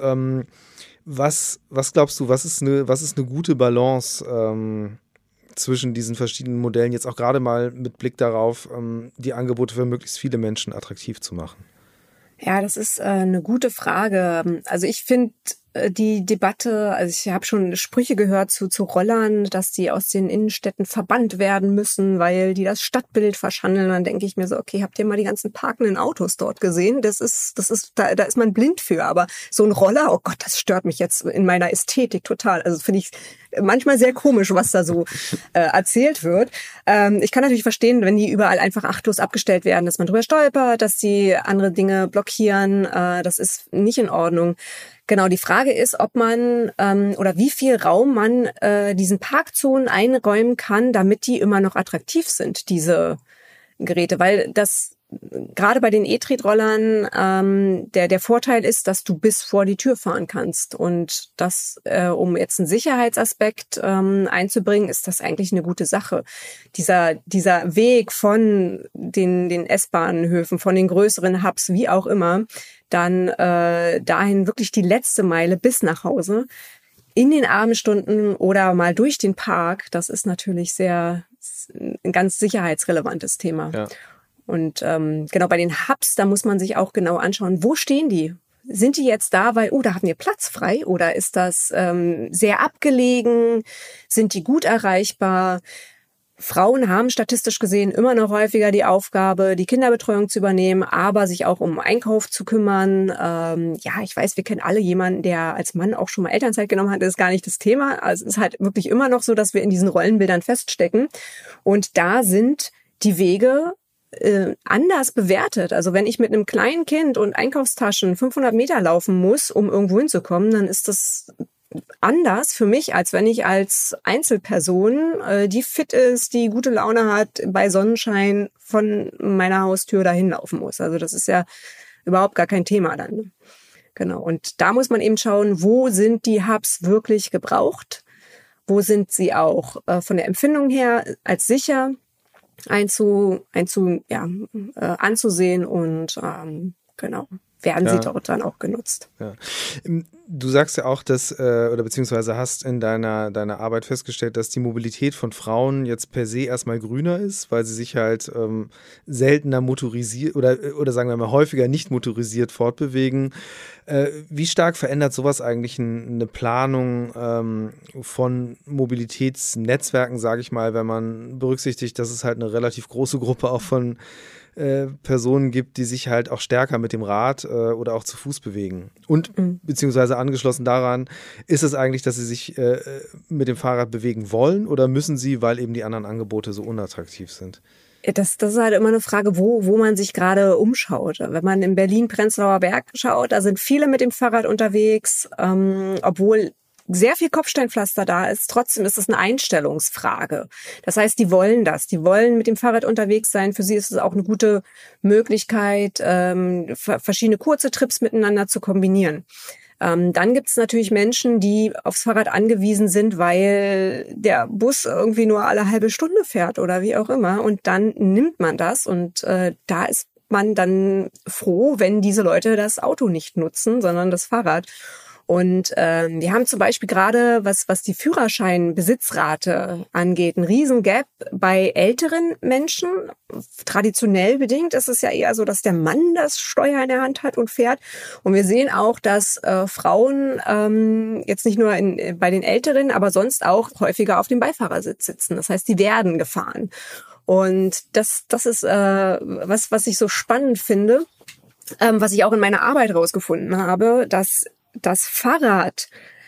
Was glaubst du, was ist eine gute Balance zwischen diesen verschiedenen Modellen, jetzt auch gerade mal mit Blick darauf, die Angebote für möglichst viele Menschen attraktiv zu machen? Ja, das ist eine gute Frage. Also ich finde die Debatte, also ich habe schon Sprüche gehört zu Rollern, dass die aus den Innenstädten verbannt werden müssen, weil die das Stadtbild verschandeln. Dann denke ich mir so, okay, habt ihr mal die ganzen parkenden Autos dort gesehen? Da ist man blind für. Aber so ein Roller, oh Gott, das stört mich jetzt in meiner Ästhetik total. Also finde ich manchmal sehr komisch, was da so erzählt wird. Ich kann natürlich verstehen, wenn die überall einfach achtlos abgestellt werden, dass man drüber stolpert, dass die andere Dinge blockieren. Das ist nicht in Ordnung. Genau, die Frage ist, ob man oder wie viel Raum man diesen Parkzonen einräumen kann, damit die immer noch attraktiv sind, diese Geräte. Weil das gerade bei den E-Tretrollern der Vorteil ist, dass du bis vor die Tür fahren kannst. Und das, um jetzt einen Sicherheitsaspekt einzubringen, ist das eigentlich eine gute Sache. Dieser Weg von den S-Bahnhöfen, von den größeren Hubs, wie auch immer, dann dahin wirklich die letzte Meile bis nach Hause, in den Abendstunden oder mal durch den Park, das ist natürlich ein ganz sicherheitsrelevantes Thema. Ja. Und genau bei den Hubs, da muss man sich auch genau anschauen, wo stehen die? Sind die jetzt da, weil, da haben wir Platz frei? Oder ist das sehr abgelegen? Sind die gut erreichbar? Frauen haben statistisch gesehen immer noch häufiger die Aufgabe, die Kinderbetreuung zu übernehmen, aber sich auch um Einkauf zu kümmern. Ich weiß, wir kennen alle jemanden, der als Mann auch schon mal Elternzeit genommen hat. Das ist gar nicht das Thema. Also es ist halt wirklich immer noch so, dass wir in diesen Rollenbildern feststecken. Und da sind die Wege anders bewertet. Also wenn ich mit einem kleinen Kind und Einkaufstaschen 500 Meter laufen muss, um irgendwo hinzukommen, dann ist das anders für mich, als wenn ich als Einzelperson, die fit ist, die gute Laune hat, bei Sonnenschein von meiner Haustür dahin laufen muss. Also das ist ja überhaupt gar kein Thema dann. Genau. Und da muss man eben schauen, wo sind die Hubs wirklich gebraucht? Wo sind sie auch von der Empfindung her als sicher anzusehen und genau, werden sie dort dann auch genutzt. Ja. Du sagst ja auch, dass, oder beziehungsweise hast in deiner Arbeit festgestellt, dass die Mobilität von Frauen jetzt per se erstmal grüner ist, weil sie sich halt seltener motorisiert oder sagen wir mal häufiger nicht motorisiert fortbewegen. Wie stark verändert sowas eigentlich eine Planung von Mobilitätsnetzwerken, sage ich mal, wenn man berücksichtigt, dass es halt eine relativ große Gruppe auch von Personen gibt, die sich halt auch stärker mit dem Rad oder auch zu Fuß bewegen. Und beziehungsweise angeschlossen daran, ist es eigentlich, dass sie sich mit dem Fahrrad bewegen wollen oder müssen sie, weil eben die anderen Angebote so unattraktiv sind? Das ist halt immer eine Frage, wo man sich gerade umschaut. Wenn man in Berlin-Prenzlauer Berg schaut, da sind viele mit dem Fahrrad unterwegs, obwohl sehr viel Kopfsteinpflaster da ist. Trotzdem ist es eine Einstellungsfrage. Das heißt, die wollen das. Die wollen mit dem Fahrrad unterwegs sein. Für sie ist es auch eine gute Möglichkeit, verschiedene kurze Trips miteinander zu kombinieren. Dann gibt es natürlich Menschen, die aufs Fahrrad angewiesen sind, weil der Bus irgendwie nur alle halbe Stunde fährt oder wie auch immer. Und dann nimmt man das und da ist man dann froh, wenn diese Leute das Auto nicht nutzen, sondern das Fahrrad. Und wir haben zum Beispiel gerade, was die Führerscheinbesitzrate angeht, einen riesen Gap bei älteren Menschen. Traditionell bedingt ist es ja eher so, dass der Mann das Steuer in der Hand hat und fährt. Und wir sehen auch, dass Frauen jetzt nicht nur bei den Älteren, aber sonst auch häufiger auf dem Beifahrersitz sitzen. Das heißt, die werden gefahren. Und das ist was ich so spannend finde, was ich auch in meiner Arbeit rausgefunden habe, dass das Fahrrad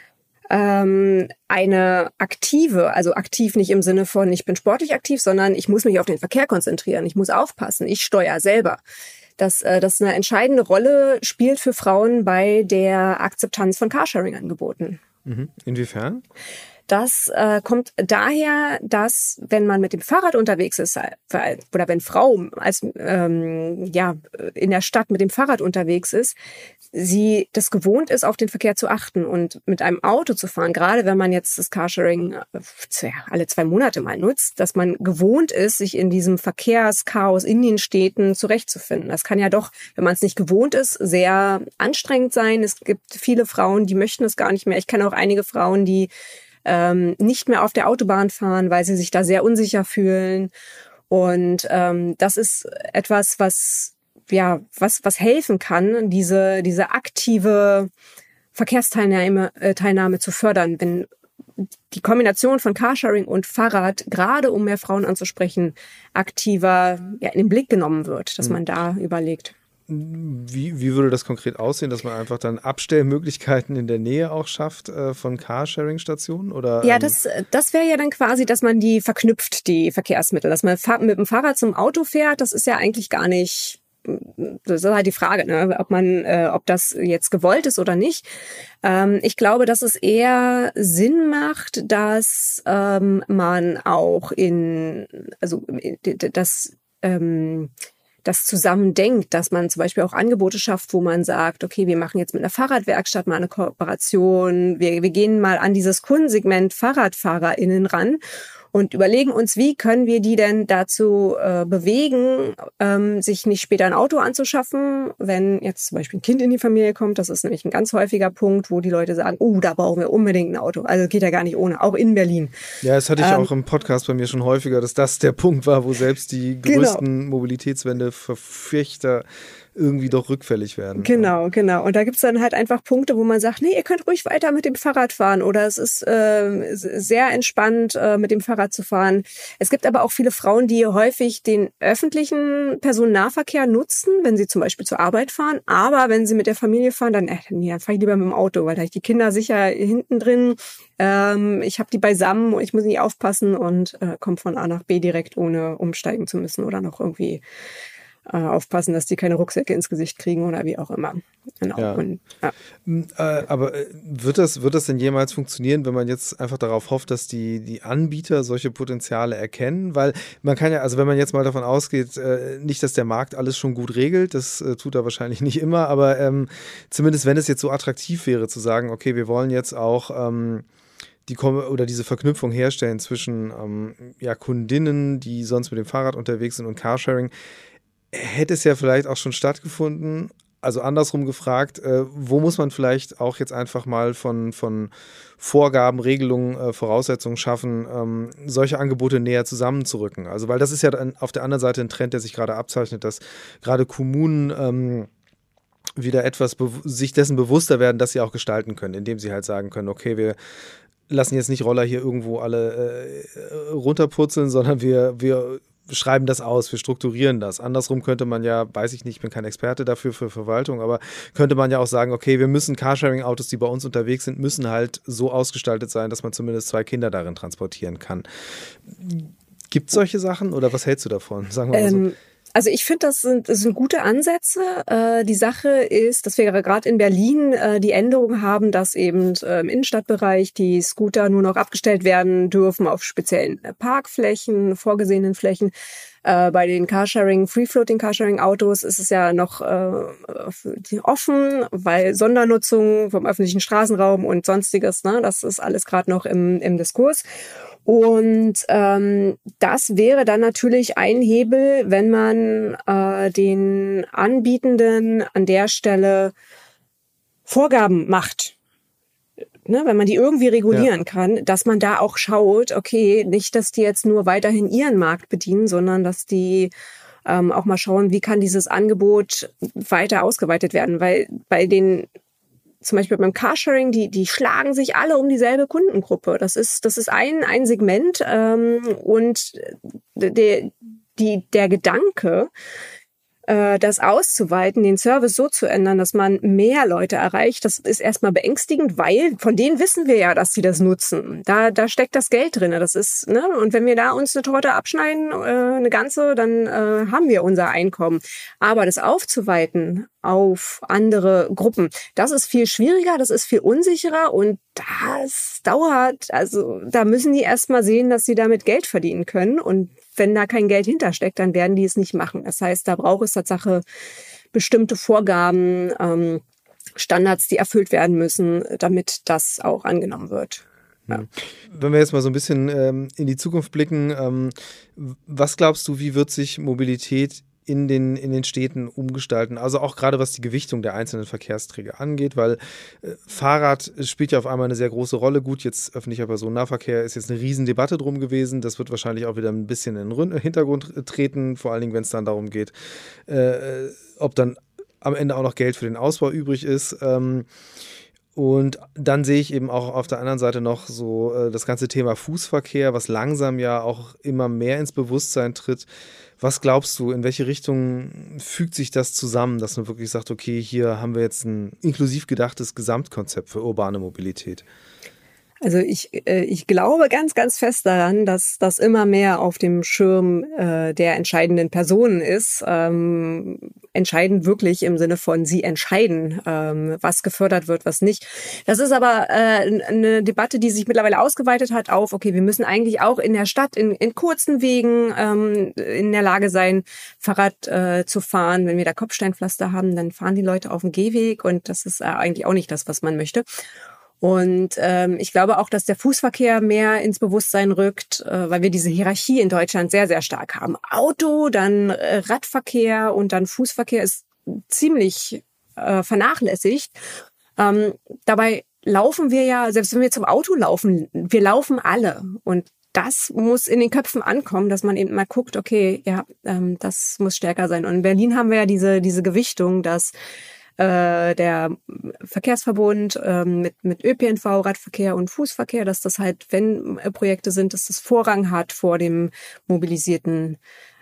eine aktive, also aktiv nicht im Sinne von ich bin sportlich aktiv, sondern ich muss mich auf den Verkehr konzentrieren, ich muss aufpassen, ich steuere selber. Dass das eine entscheidende Rolle spielt für Frauen bei der Akzeptanz von Carsharing-Angeboten. Inwiefern? Das kommt daher, dass wenn man mit dem Fahrrad unterwegs ist oder wenn Frau in der Stadt mit dem Fahrrad unterwegs ist, sie das gewohnt ist, auf den Verkehr zu achten und mit einem Auto zu fahren, gerade wenn man jetzt das Carsharing alle 2 Monate mal nutzt, dass man gewohnt ist, sich in diesem Verkehrschaos in den Städten zurechtzufinden. Das kann ja doch, wenn man es nicht gewohnt ist, sehr anstrengend sein. Es gibt viele Frauen, die möchten es gar nicht mehr. Ich kenne auch einige Frauen, die nicht mehr auf der Autobahn fahren, weil sie sich da sehr unsicher fühlen. Und das ist etwas, was helfen kann, diese aktive Verkehrsteilnahme zu fördern, wenn die Kombination von Carsharing und Fahrrad, gerade um mehr Frauen anzusprechen, aktiver in den Blick genommen wird, dass man da überlegt. Wie würde das konkret aussehen, dass man einfach dann Abstellmöglichkeiten in der Nähe auch schafft von Carsharing-Stationen? Oder, ja, das wäre ja dann quasi, dass man die verknüpft, die Verkehrsmittel. Dass man mit dem Fahrrad zum Auto fährt, das ist ja eigentlich gar nicht, das ist halt die Frage, ne? Ob das jetzt gewollt ist oder nicht. Ich glaube, dass es eher Sinn macht, dass man auch das zusammen denkt, dass man zum Beispiel auch Angebote schafft, wo man sagt, okay, wir machen jetzt mit einer Fahrradwerkstatt mal eine Kooperation, wir gehen mal an dieses Kundensegment FahrradfahrerInnen ran und überlegen uns, wie können wir die denn dazu bewegen, sich nicht später ein Auto anzuschaffen, wenn jetzt zum Beispiel ein Kind in die Familie kommt. Das ist nämlich ein ganz häufiger Punkt, wo die Leute sagen, da brauchen wir unbedingt ein Auto. Also geht ja gar nicht ohne, auch in Berlin. Ja, das hatte ich auch im Podcast bei mir schon häufiger, dass das der Punkt war, wo selbst die größten Mobilitätswende-Verfechter irgendwie doch rückfällig werden. Genau. Und da gibt's dann halt einfach Punkte, wo man sagt, nee, ihr könnt ruhig weiter mit dem Fahrrad fahren oder es ist sehr entspannt, mit dem Fahrrad zu fahren. Es gibt aber auch viele Frauen, die häufig den öffentlichen Personennahverkehr nutzen, wenn sie zum Beispiel zur Arbeit fahren. Aber wenn sie mit der Familie fahren, dann fahre ich lieber mit dem Auto, weil da habe ich die Kinder sicher hinten drin. Ich habe die beisammen und ich muss nicht aufpassen und komme von A nach B direkt, ohne umsteigen zu müssen oder noch irgendwie aufpassen, dass die keine Rucksäcke ins Gesicht kriegen oder wie auch immer. Genau. Ja. Aber wird das denn jemals funktionieren, wenn man jetzt einfach darauf hofft, dass die Anbieter solche Potenziale erkennen? Weil man kann ja, also wenn man jetzt mal davon ausgeht, nicht, dass der Markt alles schon gut regelt, das tut er wahrscheinlich nicht immer, aber zumindest wenn es jetzt so attraktiv wäre, zu sagen, okay, wir wollen jetzt auch diese Verknüpfung herstellen zwischen Kundinnen, die sonst mit dem Fahrrad unterwegs sind und Carsharing, hätte es ja vielleicht auch schon stattgefunden. Also andersrum gefragt, wo muss man vielleicht auch jetzt einfach mal von Vorgaben, Regelungen, Voraussetzungen schaffen, solche Angebote näher zusammenzurücken? Also weil das ist ja dann auf der anderen Seite ein Trend, der sich gerade abzeichnet, dass gerade Kommunen wieder etwas sich dessen bewusster werden, dass sie auch gestalten können, indem sie halt sagen können, okay, wir lassen jetzt nicht Roller hier irgendwo alle runterpurzeln, sondern wir schreiben das aus, wir strukturieren das. Andersrum könnte man ja, weiß ich nicht, ich bin kein Experte dafür für Verwaltung, aber könnte man ja auch sagen, okay, wir müssen Carsharing-Autos, die bei uns unterwegs sind, müssen halt so ausgestaltet sein, dass man zumindest 2 Kinder darin transportieren kann. Gibt es solche Sachen oder was hältst du davon? Sagen wir mal so. Also ich finde, das sind gute Ansätze. Die Sache ist, dass wir gerade in Berlin die Änderung haben, dass eben im Innenstadtbereich die Scooter nur noch abgestellt werden dürfen auf speziellen Parkflächen, vorgesehenen Flächen. Bei den Free-Floating-Carsharing-Autos ist es ja noch offen, weil Sondernutzung vom öffentlichen Straßenraum und Sonstiges, ne, das ist alles gerade noch im Diskurs. Und das wäre dann natürlich ein Hebel, wenn man den Anbietenden an der Stelle Vorgaben macht. Ne, wenn man die irgendwie regulieren kann, dass man da auch schaut, okay, nicht, dass die jetzt nur weiterhin ihren Markt bedienen, sondern dass die auch mal schauen, wie kann dieses Angebot weiter ausgeweitet werden. Weil bei den zum Beispiel beim Carsharing, die schlagen sich alle um dieselbe Kundengruppe. Das ist ein Segment und der Gedanke, das auszuweiten, den Service so zu ändern, dass man mehr Leute erreicht, das ist erstmal beängstigend, weil von denen wissen wir ja, dass sie das nutzen. Da steckt das Geld drin. Das ist, ne? Und wenn wir da uns eine Torte abschneiden, eine ganze, dann haben wir unser Einkommen. Aber das aufzuweiten auf andere Gruppen, das ist viel schwieriger, das ist viel unsicherer und das dauert. Also da müssen die erstmal sehen, dass sie damit Geld verdienen können und wenn da kein Geld hintersteckt, dann werden die es nicht machen. Das heißt, da braucht es tatsächlich bestimmte Vorgaben, Standards, die erfüllt werden müssen, damit das auch angenommen wird. Ja. Wenn wir jetzt mal so ein bisschen in die Zukunft blicken, was glaubst du, wie wird sich Mobilität in den Städten umgestalten, also auch gerade was die Gewichtung der einzelnen Verkehrsträger angeht, weil Fahrrad spielt ja auf einmal eine sehr große Rolle. Gut, jetzt öffentlicher Personennahverkehr ist jetzt eine Riesendebatte drum gewesen, das wird wahrscheinlich auch wieder ein bisschen in den Hintergrund treten, vor allen Dingen, wenn es dann darum geht, ob dann am Ende auch noch Geld für den Ausbau übrig ist. Und dann sehe ich eben auch auf der anderen Seite noch so das ganze Thema Fußverkehr, was langsam ja auch immer mehr ins Bewusstsein tritt. Was glaubst du, in welche Richtung fügt sich das zusammen, dass man wirklich sagt, okay, hier haben wir jetzt ein inklusiv gedachtes Gesamtkonzept für urbane Mobilität? Also ich glaube ganz, ganz fest daran, dass das immer mehr auf dem Schirm der entscheidenden Personen ist. Entscheidend wirklich im Sinne von, sie entscheiden, was gefördert wird, was nicht. Das ist aber eine Debatte, die sich mittlerweile ausgeweitet hat auf, okay, wir müssen eigentlich auch in der Stadt in kurzen Wegen in der Lage sein, Fahrrad zu fahren. Wenn wir da Kopfsteinpflaster haben, dann fahren die Leute auf dem Gehweg und das ist eigentlich auch nicht das, was man möchte. Und ich glaube auch, dass der Fußverkehr mehr ins Bewusstsein rückt, weil wir diese Hierarchie in Deutschland sehr, sehr stark haben. Auto, dann Radverkehr und dann Fußverkehr ist ziemlich vernachlässigt. Dabei laufen wir ja, selbst wenn wir zum Auto laufen, wir laufen alle. Und das muss in den Köpfen ankommen, dass man eben mal guckt, okay, ja, das muss stärker sein. Und in Berlin haben wir ja diese Gewichtung, dass der Verkehrsverbund mit ÖPNV, Radverkehr und Fußverkehr, dass das halt, wenn Projekte sind, dass das Vorrang hat vor dem motorisierten,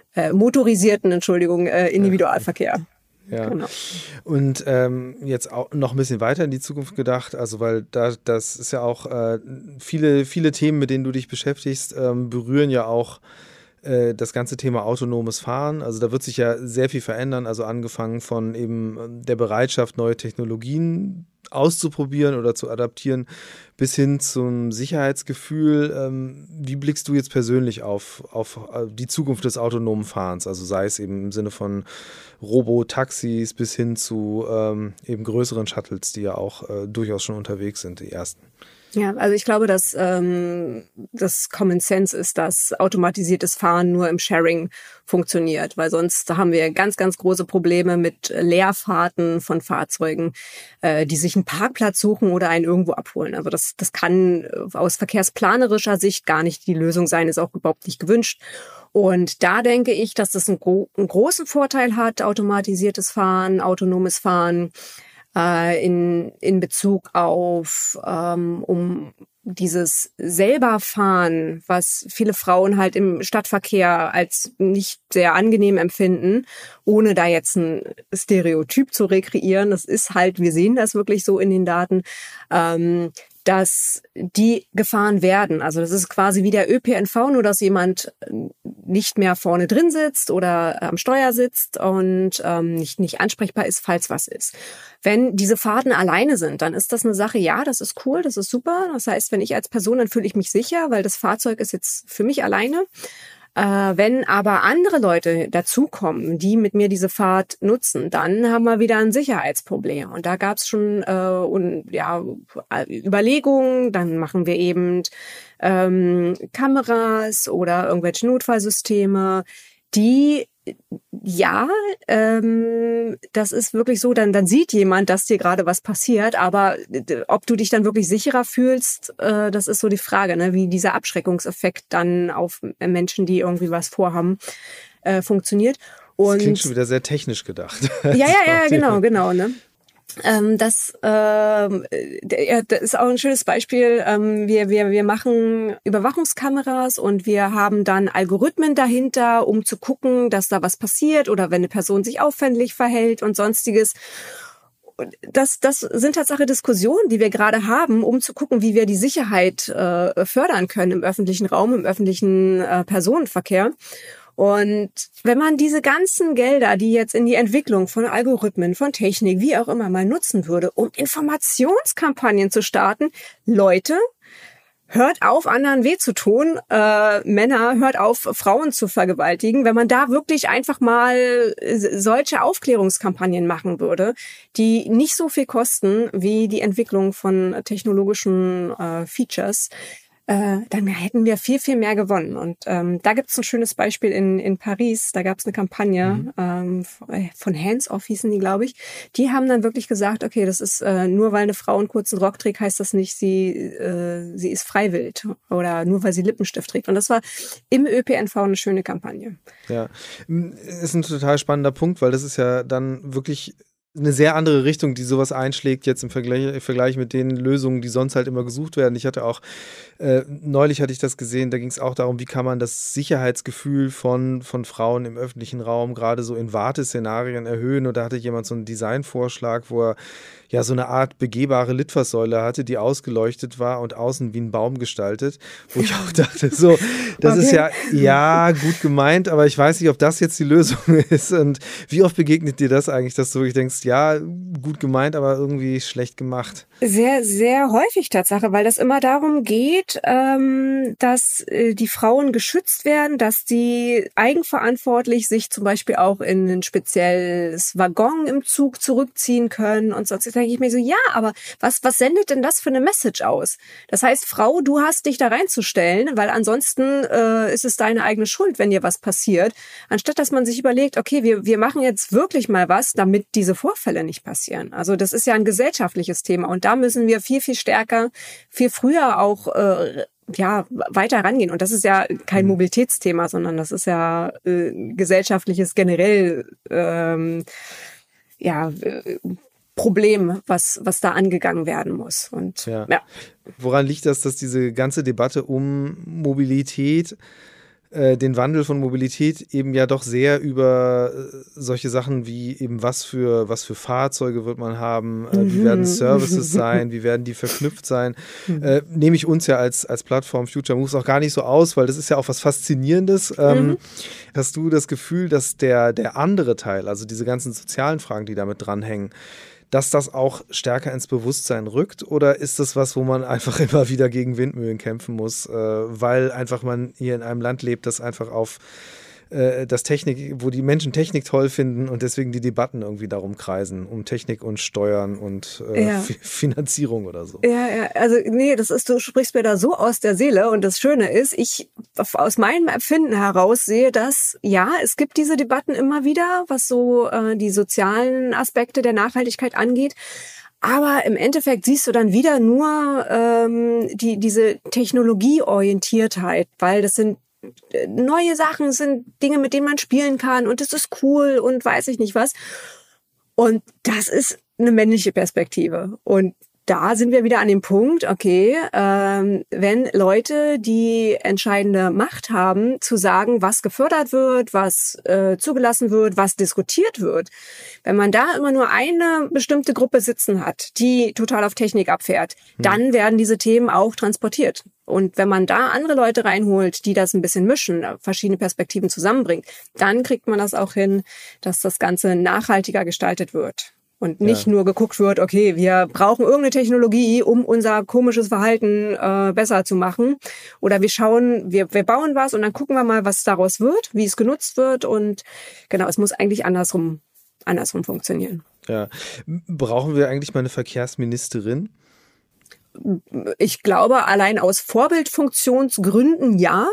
Individualverkehr. Ja. Genau. Und jetzt auch noch ein bisschen weiter in die Zukunft gedacht, also weil das ist ja auch viele Themen, mit denen du dich beschäftigst, berühren ja auch das ganze Thema autonomes Fahren. Also da wird sich ja sehr viel verändern, also angefangen von eben der Bereitschaft, neue Technologien auszuprobieren oder zu adaptieren, bis hin zum Sicherheitsgefühl. Wie blickst du jetzt persönlich auf die Zukunft des autonomen Fahrens? Also sei es eben im Sinne von Robotaxis bis hin zu eben größeren Shuttles, die ja auch durchaus schon unterwegs sind, die ersten. Ja, also ich glaube, dass das Common Sense ist, dass automatisiertes Fahren nur im Sharing funktioniert, weil sonst haben wir ganz, ganz große Probleme mit Leerfahrten von Fahrzeugen, die sich einen Parkplatz suchen oder einen irgendwo abholen. Also das kann aus verkehrsplanerischer Sicht gar nicht die Lösung sein, ist auch überhaupt nicht gewünscht. Und da denke ich, dass das einen großen Vorteil hat, automatisiertes Fahren, autonomes Fahren, in Bezug auf um dieses Selberfahren, was viele Frauen halt im Stadtverkehr als nicht sehr angenehm empfinden, ohne da jetzt ein Stereotyp zu rekreieren. Das ist halt, wir sehen das wirklich so in den Daten, dass die gefahren werden. Also das ist quasi wie der ÖPNV, nur dass jemand nicht mehr vorne drin sitzt oder am Steuer sitzt und nicht ansprechbar ist, falls was ist. Wenn diese Fahrten alleine sind, dann ist das eine Sache, ja, das ist cool, das ist super. Das heißt, wenn ich als Person, dann fühle ich mich sicher, weil das Fahrzeug ist jetzt für mich alleine. Wenn aber andere Leute dazukommen, die mit mir diese Fahrt nutzen, dann haben wir wieder ein Sicherheitsproblem. Und da gab es schon Überlegungen. Dann machen wir eben Kameras oder irgendwelche Notfallsysteme, die das ist wirklich so, dann sieht jemand, dass dir gerade was passiert, aber ob du dich dann wirklich sicherer fühlst, das ist so die Frage, ne? Wie dieser Abschreckungseffekt dann auf Menschen, die irgendwie was vorhaben, funktioniert. Und das klingt schon wieder sehr technisch gedacht. Ja, genau, ne? Das ist auch ein schönes Beispiel. Wir machen Überwachungskameras und wir haben dann Algorithmen dahinter, um zu gucken, dass da was passiert oder wenn eine Person sich auffällig verhält und sonstiges. Das sind Tatsache Diskussionen, die wir gerade haben, um zu gucken, wie wir die Sicherheit fördern können im öffentlichen Raum, im öffentlichen Personenverkehr. Und wenn man diese ganzen Gelder, die jetzt in die Entwicklung von Algorithmen, von Technik, wie auch immer mal nutzen würde, um Informationskampagnen zu starten, Leute, hört auf, anderen weh zu tun. Männer, hört auf, Frauen zu vergewaltigen. Wenn man da wirklich einfach mal solche Aufklärungskampagnen machen würde, die nicht so viel kosten wie die Entwicklung von technologischen Features, dann hätten wir viel, viel mehr gewonnen. Und da gibt es ein schönes Beispiel in Paris. Da gab es eine Kampagne von Hands Off hießen die, glaube ich. Die haben dann wirklich gesagt, okay, das ist nur weil eine Frau einen kurzen Rock trägt, heißt das nicht, sie ist freiwillig oder nur weil sie Lippenstift trägt. Und das war im ÖPNV eine schöne Kampagne. Ja, ist ein total spannender Punkt, weil das ist ja dann wirklich eine sehr andere Richtung, die sowas einschlägt, jetzt im Vergleich mit den Lösungen, die sonst halt immer gesucht werden. Ich hatte auch, neulich hatte ich das gesehen, da ging es auch darum, wie kann man das Sicherheitsgefühl von Frauen im öffentlichen Raum gerade so in Warteszenarien erhöhen. Und da hatte jemand so einen Designvorschlag, wo er ja so eine Art begehbare Litfaßsäule hatte, die ausgeleuchtet war und außen wie ein Baum gestaltet, wo ich auch dachte, so, das ist ja gut gemeint, aber ich weiß nicht, ob das jetzt die Lösung ist. Und wie oft begegnet dir das eigentlich, dass du wirklich denkst, ja, gut gemeint, aber irgendwie schlecht gemacht? Sehr, sehr häufig Tatsache, weil das immer darum geht, dass die Frauen geschützt werden, dass die eigenverantwortlich sich zum Beispiel auch in ein spezielles Waggon im Zug zurückziehen können und sonst denke ich mir so, ja, aber was sendet denn das für eine Message aus? Das heißt, Frau, du hast dich da reinzustellen, weil ansonsten ist es deine eigene Schuld, wenn dir was passiert, anstatt dass man sich überlegt, okay, wir machen jetzt wirklich mal was, damit diese Vorfälle nicht passieren. Also das ist ja ein gesellschaftliches Thema und da müssen wir viel, viel stärker, viel früher auch weiter rangehen. Und das ist ja kein Mobilitätsthema, sondern das ist ja gesellschaftliches generell Problem, was da angegangen werden muss. Und ja. Woran liegt das, dass diese ganze Debatte um Mobilität, den Wandel von Mobilität eben ja doch sehr über solche Sachen wie eben was für Fahrzeuge wird man haben, wie werden Services sein, wie werden die verknüpft sein, nehme ich uns ja als Plattform Future Moves auch gar nicht so aus, weil das ist ja auch was Faszinierendes. Hast du das Gefühl, dass der andere Teil, also diese ganzen sozialen Fragen, die damit dranhängen, dass das auch stärker ins Bewusstsein rückt? Oder ist das was, wo man einfach immer wieder gegen Windmühlen kämpfen muss, weil einfach man hier in einem Land lebt, das einfach auf wo die Menschen Technik toll finden und deswegen die Debatten irgendwie darum kreisen, um Technik und Steuern und Finanzierung oder so. Ja, also nee, du sprichst mir da so aus der Seele und das Schöne ist, ich aus meinem Empfinden heraus sehe, dass es gibt diese Debatten immer wieder, was so die sozialen Aspekte der Nachhaltigkeit angeht. Aber im Endeffekt siehst du dann wieder nur diese Technologieorientiertheit, weil das sind neue Sachen, sind Dinge, mit denen man spielen kann und es ist cool und weiß ich nicht was. Und das ist eine männliche Perspektive. Und da sind wir wieder an dem Punkt, okay, wenn Leute, die entscheidende Macht haben, zu sagen, was gefördert wird, was zugelassen wird, was diskutiert wird, wenn man da immer nur eine bestimmte Gruppe sitzen hat, die total auf Technik abfährt, dann werden diese Themen auch transportiert. Und wenn man da andere Leute reinholt, die das ein bisschen mischen, verschiedene Perspektiven zusammenbringt, dann kriegt man das auch hin, dass das Ganze nachhaltiger gestaltet wird. Und nicht nur geguckt wird, okay, wir brauchen irgendeine Technologie, um unser komisches Verhalten besser zu machen. Oder wir schauen, wir bauen was und dann gucken wir mal, was daraus wird, wie es genutzt wird. Und genau, es muss eigentlich andersrum funktionieren. Ja. Brauchen wir eigentlich mal eine Verkehrsministerin? Ich glaube, allein aus Vorbildfunktionsgründen ja.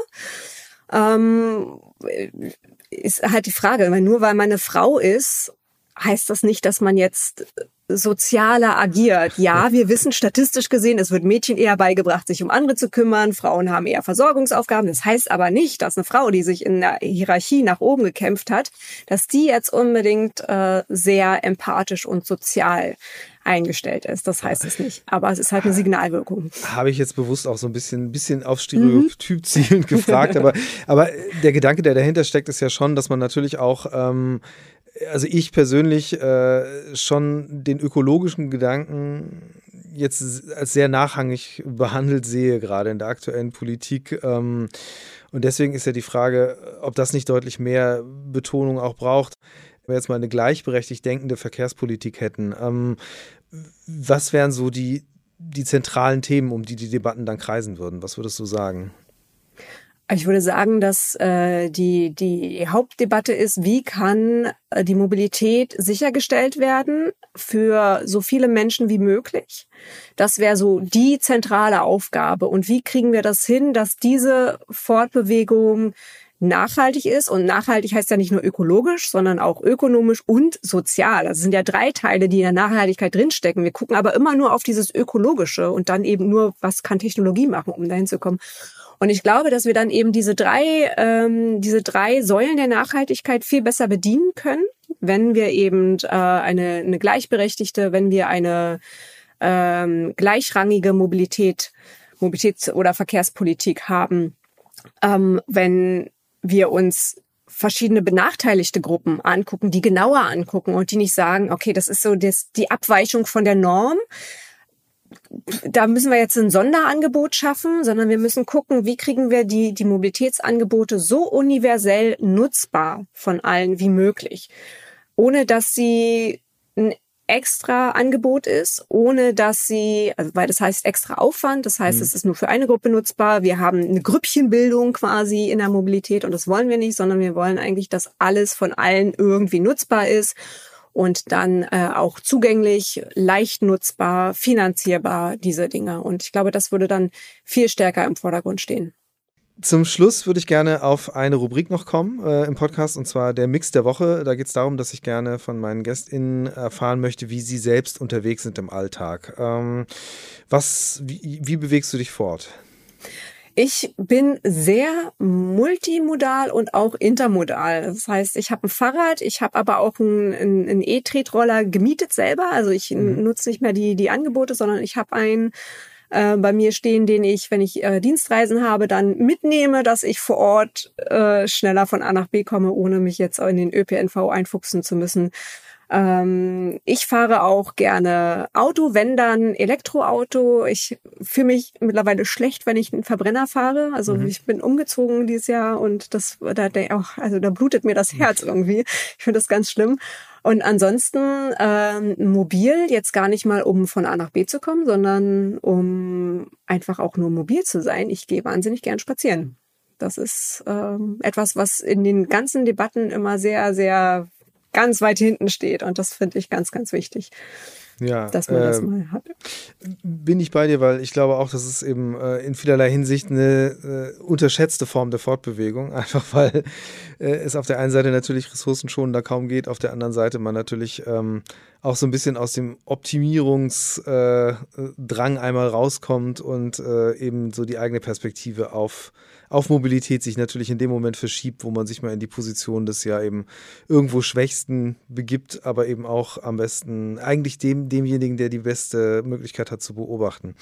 Ist halt die Frage, weil nur weil man eine Frau ist, heißt das nicht, dass man jetzt sozialer agiert. Ja, wir wissen statistisch gesehen, es wird Mädchen eher beigebracht, sich um andere zu kümmern. Frauen haben eher Versorgungsaufgaben. Das heißt aber nicht, dass eine Frau, die sich in der Hierarchie nach oben gekämpft hat, dass die jetzt unbedingt sehr empathisch und sozial eingestellt ist. Das heißt es nicht. Aber es ist halt eine Signalwirkung. Habe ich jetzt bewusst auch so ein bisschen auf Stereotyp zielend gefragt. Aber der Gedanke, der dahinter steckt, ist ja schon, dass man natürlich auch also ich persönlich schon den ökologischen Gedanken jetzt als sehr nachrangig behandelt sehe, gerade in der aktuellen Politik. Und deswegen ist ja die Frage, ob das nicht deutlich mehr Betonung auch braucht. Wenn wir jetzt mal eine gleichberechtigt denkende Verkehrspolitik hätten, was wären so die zentralen Themen, um die Debatten dann kreisen würden? Was würdest du sagen? Ich würde sagen, dass die Hauptdebatte ist, wie kann die Mobilität sichergestellt werden für so viele Menschen wie möglich. Das wäre so die zentrale Aufgabe. Und wie kriegen wir das hin, dass diese Fortbewegung nachhaltig ist? Und nachhaltig heißt ja nicht nur ökologisch, sondern auch ökonomisch und sozial. Das sind ja 3 Teile, die in der Nachhaltigkeit drinstecken. Wir gucken aber immer nur auf dieses Ökologische und dann eben nur, was kann Technologie machen, um dahin zu kommen. Und ich glaube, dass wir dann eben diese drei Säulen der Nachhaltigkeit viel besser bedienen können, wenn wir eben eine gleichberechtigte, wenn wir eine gleichrangige Mobilitäts- oder Verkehrspolitik haben, wenn wir uns verschiedene benachteiligte Gruppen angucken, die genauer angucken und die nicht sagen, okay, das ist so die Abweichung von der Norm. Da müssen wir jetzt ein Sonderangebot schaffen, sondern wir müssen gucken, wie kriegen wir die Mobilitätsangebote so universell nutzbar von allen wie möglich, ohne dass sie ein extra Angebot ist, ohne dass weil das heißt extra Aufwand, das heißt, es ist nur für eine Gruppe nutzbar. Wir haben eine Grüppchenbildung quasi in der Mobilität und das wollen wir nicht, sondern wir wollen eigentlich, dass alles von allen irgendwie nutzbar ist und dann auch zugänglich, leicht nutzbar, finanzierbar, diese Dinge. Und ich glaube, das würde dann viel stärker im Vordergrund stehen. Zum Schluss würde ich gerne auf eine Rubrik noch kommen im Podcast, und zwar der Mix der Woche. Da geht es darum, dass ich gerne von meinen GästInnen erfahren möchte, wie sie selbst unterwegs sind im Alltag. Wie bewegst du dich fort? Ich bin sehr multimodal und auch intermodal. Das heißt, ich habe ein Fahrrad, ich habe aber auch einen E-Tretroller gemietet selber. Also ich nutze nicht mehr die Angebote, sondern ich habe einen bei mir stehen, den ich, wenn ich Dienstreisen habe, dann mitnehme, dass ich vor Ort schneller von A nach B komme, ohne mich jetzt in den ÖPNV einfuchsen zu müssen. Ich fahre auch gerne Auto, wenn dann Elektroauto. Ich fühle mich mittlerweile schlecht, wenn ich einen Verbrenner fahre. Also ich bin umgezogen dieses Jahr und da blutet mir das Herz irgendwie. Ich finde das ganz schlimm. Und ansonsten mobil, jetzt gar nicht mal, um von A nach B zu kommen, sondern um einfach auch nur mobil zu sein. Ich gehe wahnsinnig gern spazieren. Das ist etwas, was in den ganzen Debatten immer sehr, sehr ganz weit hinten steht. Und das finde ich ganz, ganz wichtig. Ja, dass man das mal hat. Bin ich bei dir, weil ich glaube auch, dass es eben in vielerlei Hinsicht eine unterschätzte Form der Fortbewegung, einfach weil es auf der einen Seite natürlich ressourcenschonender kaum geht, auf der anderen Seite man natürlich auch so ein bisschen aus dem Optimierungsdrang einmal rauskommt und eben so die eigene Perspektive auf Mobilität sich natürlich in dem Moment verschiebt, wo man sich mal in die Position des ja eben irgendwo Schwächsten begibt, aber eben auch am besten eigentlich demjenigen, der die beste Möglichkeit hat zu beobachten.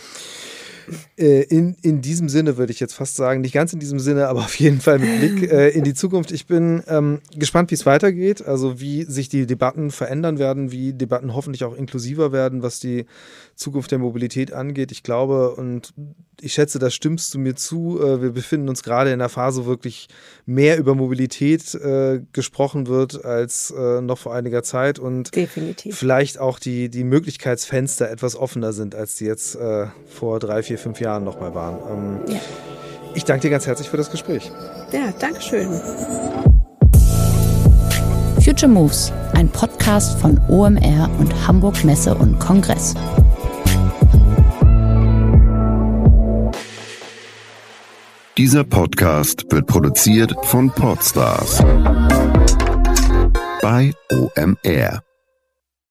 In diesem Sinne würde ich jetzt fast sagen, nicht ganz in diesem Sinne, aber auf jeden Fall mit Blick in die Zukunft. Ich bin gespannt, wie es weitergeht, also wie sich die Debatten verändern werden, wie Debatten hoffentlich auch inklusiver werden, was die Zukunft der Mobilität angeht. Ich glaube und ich schätze, da stimmst du mir zu. Wir befinden uns gerade in einer Phase, wo wirklich mehr über Mobilität gesprochen wird als noch vor einiger Zeit und definitiv vielleicht auch die Möglichkeitsfenster etwas offener sind, als die jetzt vor 3, 4, 5 Jahren nochmal waren. Ja. Ich danke dir ganz herzlich für das Gespräch. Ja, danke schön. Future Moves, ein Podcast von OMR und Hamburg Messe und Kongress. Dieser Podcast wird produziert von Podstars bei OMR.